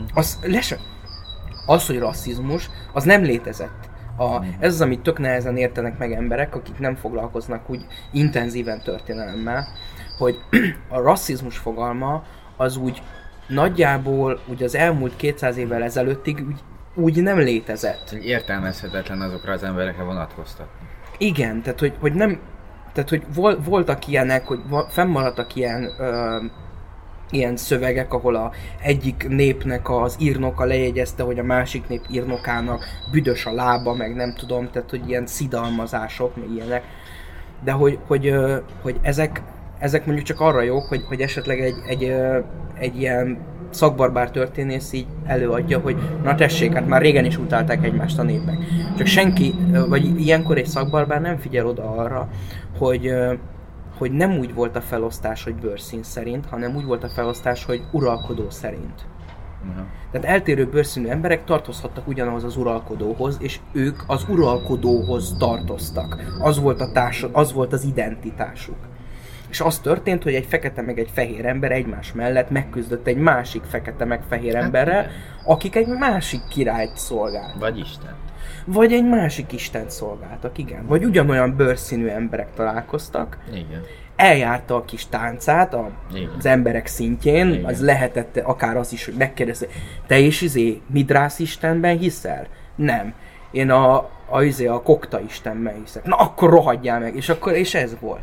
Az, hogy rasszizmus, az nem létezett. Ez az, amit tök nehezen értenek meg emberek, akik nem foglalkoznak úgy intenzíven történelemmel, hogy a rasszizmus fogalma az úgy nagyjából úgy az elmúlt 200 évvel ezelőttig úgy nem létezett. Értelmezhetetlen azokra az emberekre vonatkoztatni. Igen, tehát hogy nem, tehát hogy voltak ilyenek, hogy fennmaradtak ilyen szövegek, ahol egyik népnek az írnoka lejegyezte, hogy a másik nép írnokának büdös a lába, meg nem tudom, tehát hogy ilyen szidalmazások, meg ilyenek. De hogy ezek mondjuk csak arra jók, hogy esetleg egy ilyen szakbarbár történész így előadja, hogy na tessék, hát már régen is utálták egymást a népek. Csak senki, vagy ilyenkor egy szakbarbár nem figyel oda arra, hogy nem úgy volt a felosztás, hogy bőrszín szerint, hanem úgy volt a felosztás, hogy uralkodó szerint. Tehát eltérő bőrszínű emberek tartozhattak ugyanahoz az uralkodóhoz, és ők az uralkodóhoz tartoztak. Az volt az identitásuk. És az történt, hogy egy fekete meg egy fehér ember egymás mellett megküzdött egy másik fekete meg fehér emberrel, akik egy másik királyt szolgált. Vagy Isten. Vagy egy másik istent szolgáltak, igen. Vagy ugyanolyan bőrszínű emberek találkoztak. Igen. Eljárta a kis táncát az emberek szintjén, Igen. az lehetett akár az is, hogy megkérdezte, te is Midrász istenben hiszel? Nem. Én a Kokta istenben hiszek. Na akkor rohadjál meg, és ez volt.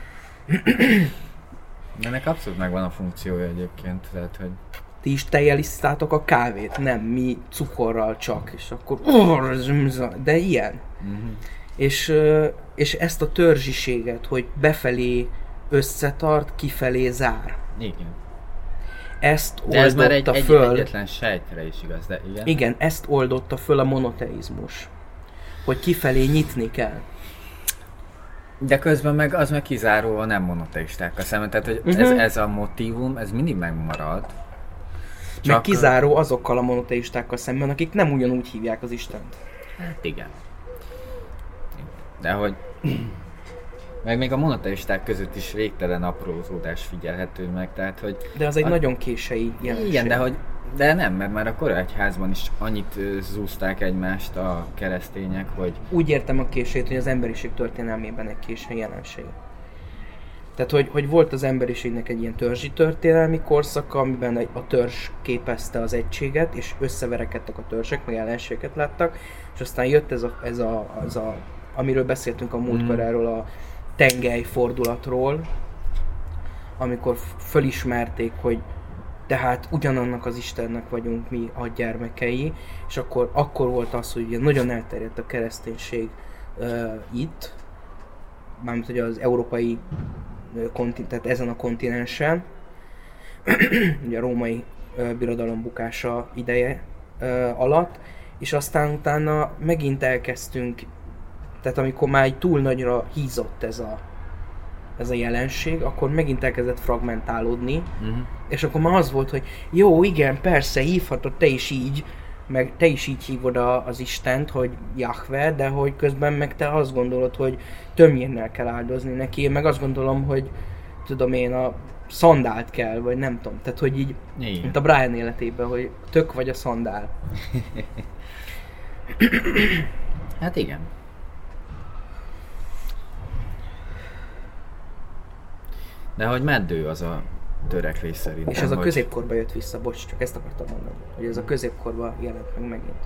De ennek abszolút megvan a funkciója egyébként, tehát hogy... Ti is tejjel isztátok a kávét? Nem, mi cukorral csak, és akkor... De ilyen. És ezt a törzsiséget, hogy befelé összetart, kifelé zár. Igen. Ezt de ez már oldotta föl... egyetlen sejtre is igaz, de igen. Igen, ezt oldotta föl a monoteizmus. Hogy kifelé nyitni kell. De közben meg az meg kizáróan nem monoteistákkal szemben, tehát hogy ez a motívum, ez mindig megmarad. Csak meg kizáró azokkal a monoteistákkal szemben, akik nem ugyanúgy hívják az Istent. Hát igen. De hogy... Meg még a monoteisták között is végtelen aprózódás figyelhető meg, tehát hogy... De az egy nagyon kései jelenség. Igen, de nem, mert már a korai egyházban is annyit zúzták egymást a keresztények, hogy... Úgy értem a későt, hogy az emberiség történelmében egy késői jelenség. Tehát, hogy volt az emberiségnek egy ilyen törzsi történelmi korszaka, amiben a törzs képezte az egységet, és összeverekedtek a törzsek, meg ellenségeket láttak, és aztán jött ez a amiről beszéltünk a múltkor, erről a tengely fordulatról, amikor fölismerték, hogy tehát ugyanannak az Istennek vagyunk mi a gyermekei, és akkor volt az, hogy nagyon elterjedt a kereszténység itt, mármint hogy az európai tehát ezen a kontinensen, ugye a római birodalom bukása ideje alatt, és aztán utána megint elkezdtünk, tehát amikor már túl nagyra hízott ez a jelenség, akkor megint elkezdett fragmentálódni, és akkor már az volt, hogy jó, igen, persze, hívhatod te is így, meg te is így hívod az Istent, hogy Jahve, de hogy közben meg te azt gondolod, hogy tömjénnel kell áldozni neki, én meg azt gondolom, hogy tudom én, a szandált kell, vagy nem tudom, tehát hogy így, igen. Mint a Brian életében, hogy tök vagy a szandál. Hát igen. De hogy meddő az a törekvés szerintem. És ez a középkorba jött vissza, bocs, csak ezt akartam mondani, hogy ez a középkorba jelent meg megint.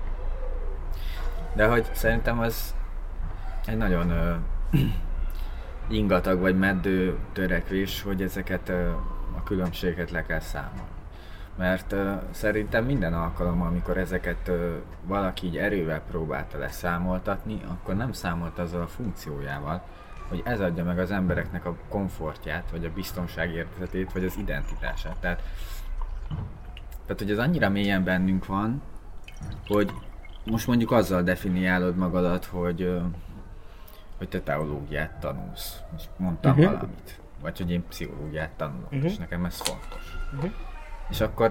De hogy szerintem az egy nagyon ingatag vagy meddő törekvés, hogy ezeket a különbségeket le kell számolni. Mert szerintem minden alkalommal, amikor ezeket valaki így erővel próbálta leszámoltatni, akkor nem számolt azzal a funkciójával, hogy ez adja meg az embereknek a komfortját, vagy a biztonságérzetét, vagy az identitását. Tehát hogy ez annyira mélyen bennünk van, hogy most mondjuk azzal definiálod magadat, hogy te teológiát tanulsz. Most mondtam valamit. Vagy hogy én pszichológiát tanulok, és nekem ez fontos. És akkor...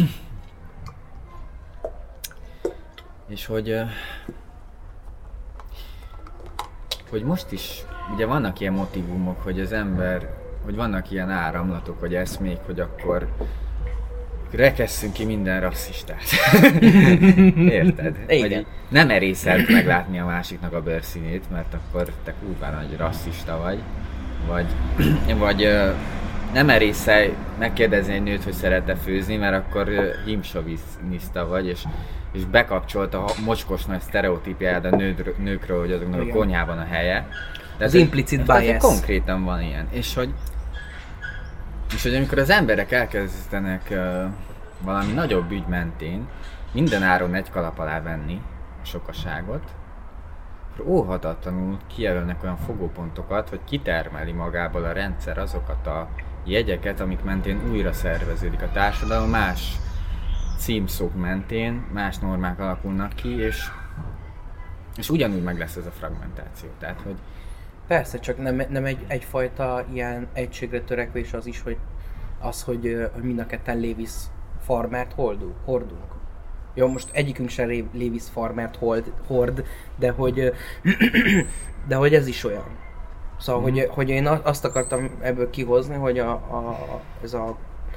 és hogy most is, ugye vannak ilyen motívumok, hogy az ember, hogy vannak ilyen áramlatok, vagy eszmék, hogy akkor rekesszünk ki minden rasszistát. Érted? Hogy nem erészelt meglátni a másiknak a bőrszínét, mert akkor te kurva nagy rasszista vagy nem erészelj megkérdezni egy nőt, hogy szeret-e főzni, mert akkor himsoviniszta vagy, és bekapcsolt a mocskos nagy sztereotípiád a nőkről, hogy azoknak a konyhában a helye. De az implicit bias. Konkrétan van ilyen. És hogy amikor az emberek elkezdenek valami nagyobb ügy mentén minden áron egy kalap alá venni a sokaságot, akkor óhatatlanul kijelölnek olyan fogópontokat, hogy kitermeli magából a rendszer azokat a jegyeket, amik mentén újra szerveződik a társadalom, más címszók mentén, más normák alakulnak ki, és ugyanúgy meg lesz ez a fragmentáció. Tehát, hogy persze, csak nem egyfajta ilyen egységre törekvés az is, hogy mind a ketten Lewis farmert hordunk. Jó, most egyikünk sem Lewis farmert hord, de hogy ez is olyan. Szóval, hogy én azt akartam ebből kihozni, hogy ez a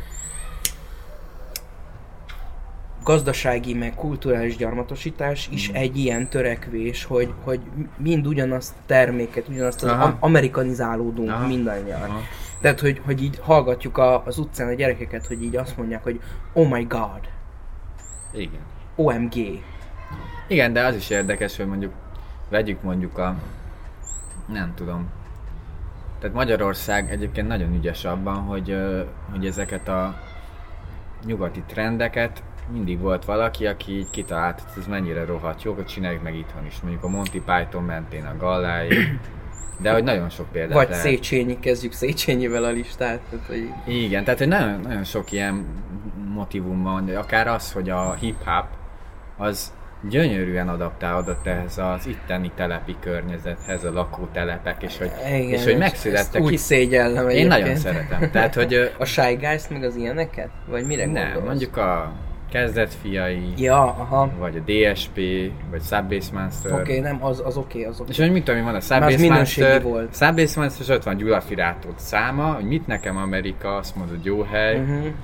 gazdasági, meg kulturális gyarmatosítás is egy ilyen törekvés, hogy mind ugyanazt a terméket, ugyanazt az amerikanizálódunk mindannyian. Tehát, hogy így hallgatjuk az utcán a gyerekeket, hogy így azt mondják, hogy oh my god. Igen. OMG. Igen, de az is érdekes, hogy mondjuk vegyük mondjuk nem tudom. Tehát Magyarország egyébként nagyon ügyes abban, hogy ezeket a nyugati trendeket mindig volt valaki, aki így kitalált, hogy ez mennyire rohadt jó, hogy csináljuk meg itthon is. Mondjuk a Monty Python mentén a Gallái, de hogy nagyon sok példát vagy lehet. Széchenyi, kezdjük Széchenyivel a listát. Tehát, hogy... Igen, tehát hogy nagyon, nagyon sok ilyen motivum van, akár az, hogy a hip-hop az gyönyörűen adaptálódott ehhez az itteni telepi környezethez, a lakótelepek, és hogy megszülettek. Úgy szégyellem egyébként. Én nagyon szeretem. Tehát, hogy a Shy Guys meg az ilyeneket? Vagy mire gondolsz? Nem, mondjuk a Kezdetfiai, vagy a DSP, vagy Subbase Monster. Oké, nem, az oké. És hogy mit tudom, van a Subbase Monster, Subbase Monster, és ott van Gyula Firátót száma, hogy mit nekem Amerika, azt mondod, jó hely.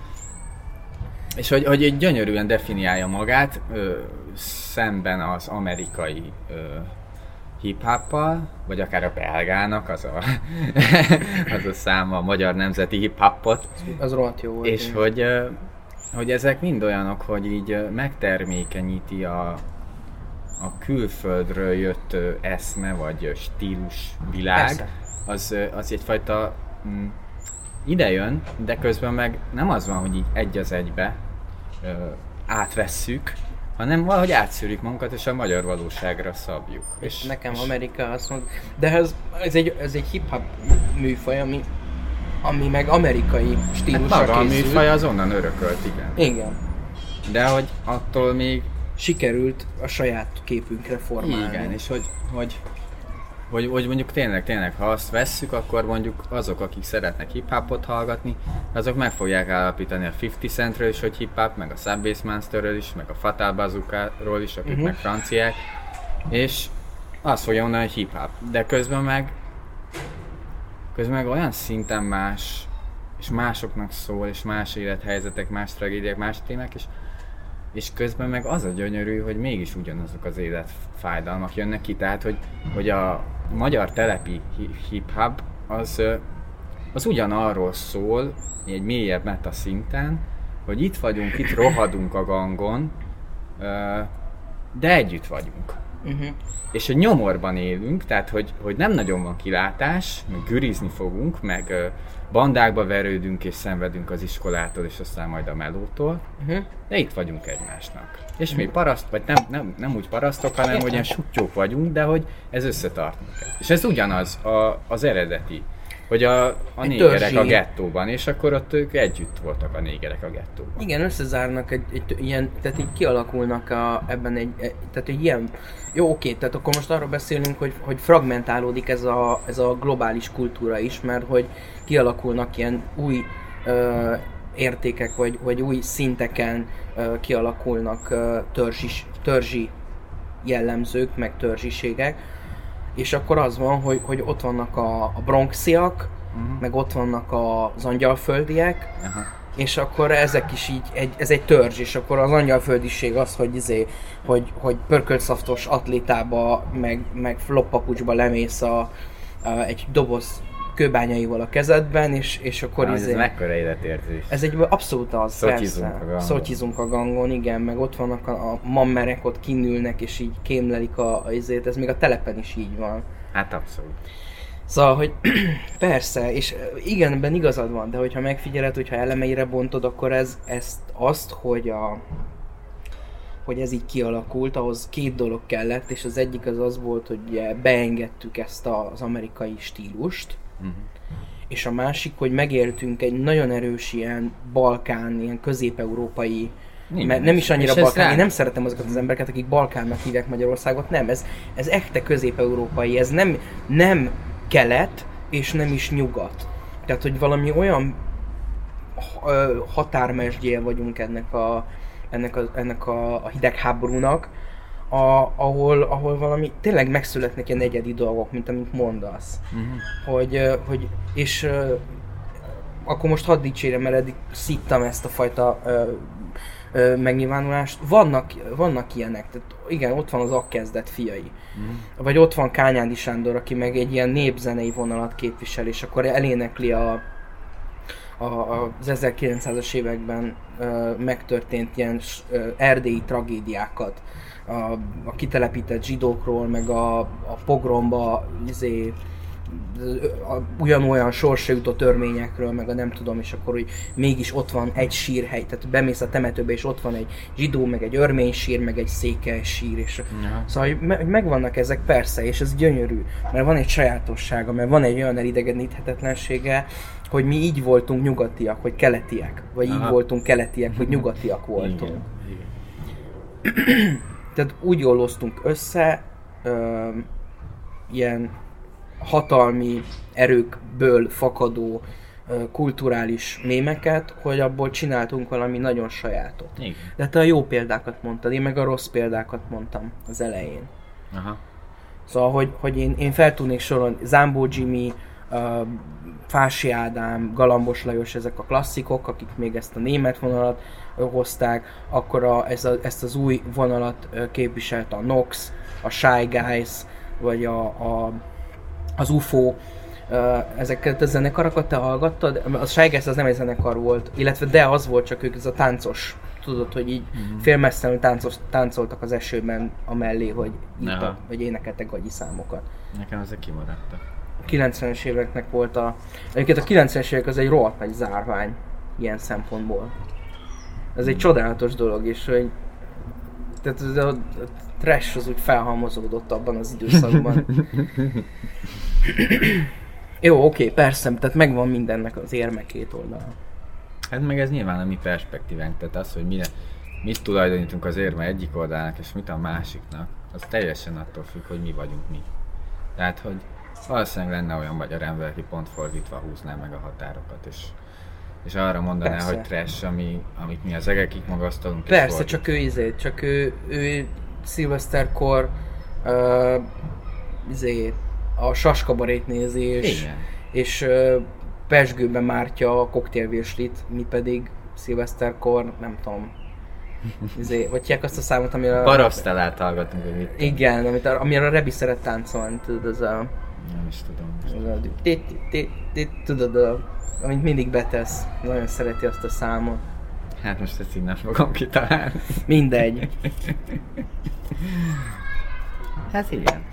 És hogy egy gyönyörűen definiálja magát szemben az amerikai hip-hoppal, vagy akár a belgának, az a száma, a magyar nemzeti hip-hopot. Az rohadt jó volt. És hogy ezek mind olyanok, hogy így megtermékenyíti a külföldről jött eszme, vagy stílus világ. Az egyfajta idejön, de közben meg nem az van, hogy így egy az egybe átvesszük, hanem valahogy átszűrjük magunkat, és a magyar valóságra szabjuk. És nekem Amerika azt mond, de ez egy hip-hop műfaj, ami meg amerikai stílusra készül. A készült. műfaj az onnan örökölt, igen. Igen. De hogy attól még sikerült a saját képünkre formálni. Igen, és hogy mondjuk tényleg, ha azt vesszük, akkor mondjuk azok, akik szeretnek hip-hopot hallgatni, azok meg fogják állapítani a 50 Centről is, hogy hip-hop, meg a Subbase Monsterről is, meg a Fatal Bazookáról is, akik meg franciák, és azt fogja mondani, hogy hip-hop. De közben meg olyan szinten más, és másoknak szól, és más élethelyzetek, más tragédiák, más témák, és közben meg az a gyönyörű, hogy mégis ugyanazok az életfájdalmak jönnek ki, tehát hogy a magyar telepi hip-hop az ugyanarról szól, egy mélyebb meta szinten, hogy itt vagyunk, itt rohadunk a gangon, de együtt vagyunk. És hogy nyomorban élünk, tehát hogy nem nagyon van kilátás, meg gürizni fogunk, meg bandákba verődünk és szenvedünk az iskolától, és aztán majd a melótól, de itt vagyunk egymásnak. És mi paraszt, vagy nem úgy parasztok, hanem hogy ilyen suttyók vagyunk, de hogy ez összetart minket. És ez ugyanaz az eredeti, hogy a négerek a gettóban, és akkor ott ők együtt voltak a négerek a gettóban. Igen, összezárnak egy ilyen, tehát így kialakulnak ebben tehát egy ilyen, jó oké, tehát akkor most arról beszélünk, hogy fragmentálódik ez a globális kultúra is, mert hogy kialakulnak ilyen új értékek, vagy új szinteken kialakulnak törzsi jellemzők, meg törzsiségek, és akkor az van, hogy ott vannak a bronxiak, meg ott vannak az angyalföldiek, és akkor ezek is így, ez egy törzs, és akkor az angyalföldiség az, hogy pörköltszaftos atlétába, meg floppapucsba lemész egy doboz kőbányaival a kezedben, és akkor ez mekkora életérzés. Ez egy abszolút az, szotyizunk a gangon, igen, meg ott vannak a mammerek, ott kinülnek, és így kémlelik ez még a telepen is így van. Hát abszolút. Szóval, hogy persze, és igen, ebben igazad van, de hogyha megfigyeled, hogyha elemeire bontod, akkor hogy ez így kialakult, ahhoz két dolog kellett, és az egyik az volt, hogy beengedtük ezt az amerikai stílust, és a másik, hogy megéltünk egy nagyon erős ilyen balkán, ilyen közép-európai, nem is annyira balkán, én nem szeretem azokat az embereket, akik Balkánnak hívják Magyarországot, nem, ez echte közép-európai, ez nem kelet, és nem is nyugat. Tehát, hogy valami olyan határmesdjél vagyunk ennek a hidegháborúnak, ahol valami tényleg megszületnek ilyen egyedi dolgok, mint amit mondasz. És akkor most hadd dicsérjem, mert eddig szittam ezt a fajta megnyilvánulást. Vannak ilyenek, tehát igen, ott van az Akkezdet fiai. Vagy ott van Kányádi Sándor, aki meg egy ilyen népzenei vonalat képvisel, és akkor elénekli az 1900-as években megtörtént ilyen erdélyi tragédiákat. A kitelepített zsidókról, meg a pogromba ugyanolyan sorsra jutott örményekről, meg a nem tudom, és akkor hogy mégis ott van egy sírhely, tehát bemész a temetőbe, és ott van egy zsidó, meg egy örmény sír, meg egy székely sír, és szóval hogy megvannak ezek persze, és ez gyönyörű, mert van egy sajátossága, mert van egy olyan elidegeníthetetlensége, hogy mi így voltunk nyugatiak, hogy keletiek, vagy így voltunk keletiek, hogy nyugatiak voltunk. Igen. Tehát úgy olloztunk össze ilyen hatalmi erőkből fakadó kulturális mémeket, hogy abból csináltunk valami nagyon sajátot. Igen. De te a jó példákat mondtad, én meg a rossz példákat mondtam az elején. Aha. Szóval, hogy én fel tudnék sorolni Zámbó Jimmy, Fási Ádám, Galambos Lajos, ezek a klasszikok, akik még ezt a német vonalat hozták, akkor ezt az új vonalat képviselte a Nox, a Shy Guys, vagy az UFO. Ezeket a zenekarokat te hallgattad? A Shy Guys az nem egy zenekar volt, illetve de az volt, csak ők ez a táncos. Tudod, hogy így félmeztelenül táncoltak az esőben amellé, hogy írtak, vagy énekeltek gagyi számokat. Nekem ezek kimaradtak. A 90-es éveknek volt egyébként a 90-es évek az egy rohadt nagy zárvány ilyen szempontból. Ez egy csodálatos dolog, és hogy tehát a trash az úgy felhalmozódott abban az időszakban. Jó, oké, persze, tehát megvan mindennek az érme két oldala. Hát meg ez nyilván a mi perspektívánk, tehát az, hogy mit tulajdonítunk az érme egyik oldalának és mit a másiknak, az teljesen attól függ, hogy mi vagyunk mi. Tehát, hogy valószínűleg lenne olyan magyar ember, aki pont fordítva húzná meg a határokat, és arra mondaná, persze, hogy trash, amit mi az egekig magasztalunk. Persze, csak ő szilveszterkor a saskabarét nézi, és pezsgőben mártja a koktélvirslit, mi pedig szilveszterkor, nem tudom, vagy hívják azt a számot, amire... Parasztelát hallgatunk, hogy mit. Igen, amire a Rebi szeret táncolni, tudod, az a... Nem is tudom. Tudod, amit mindig betesz. Nagyon szereti azt a számot. Hát most ezt így nem fogom kitalálni. Mindegy. Hát igen.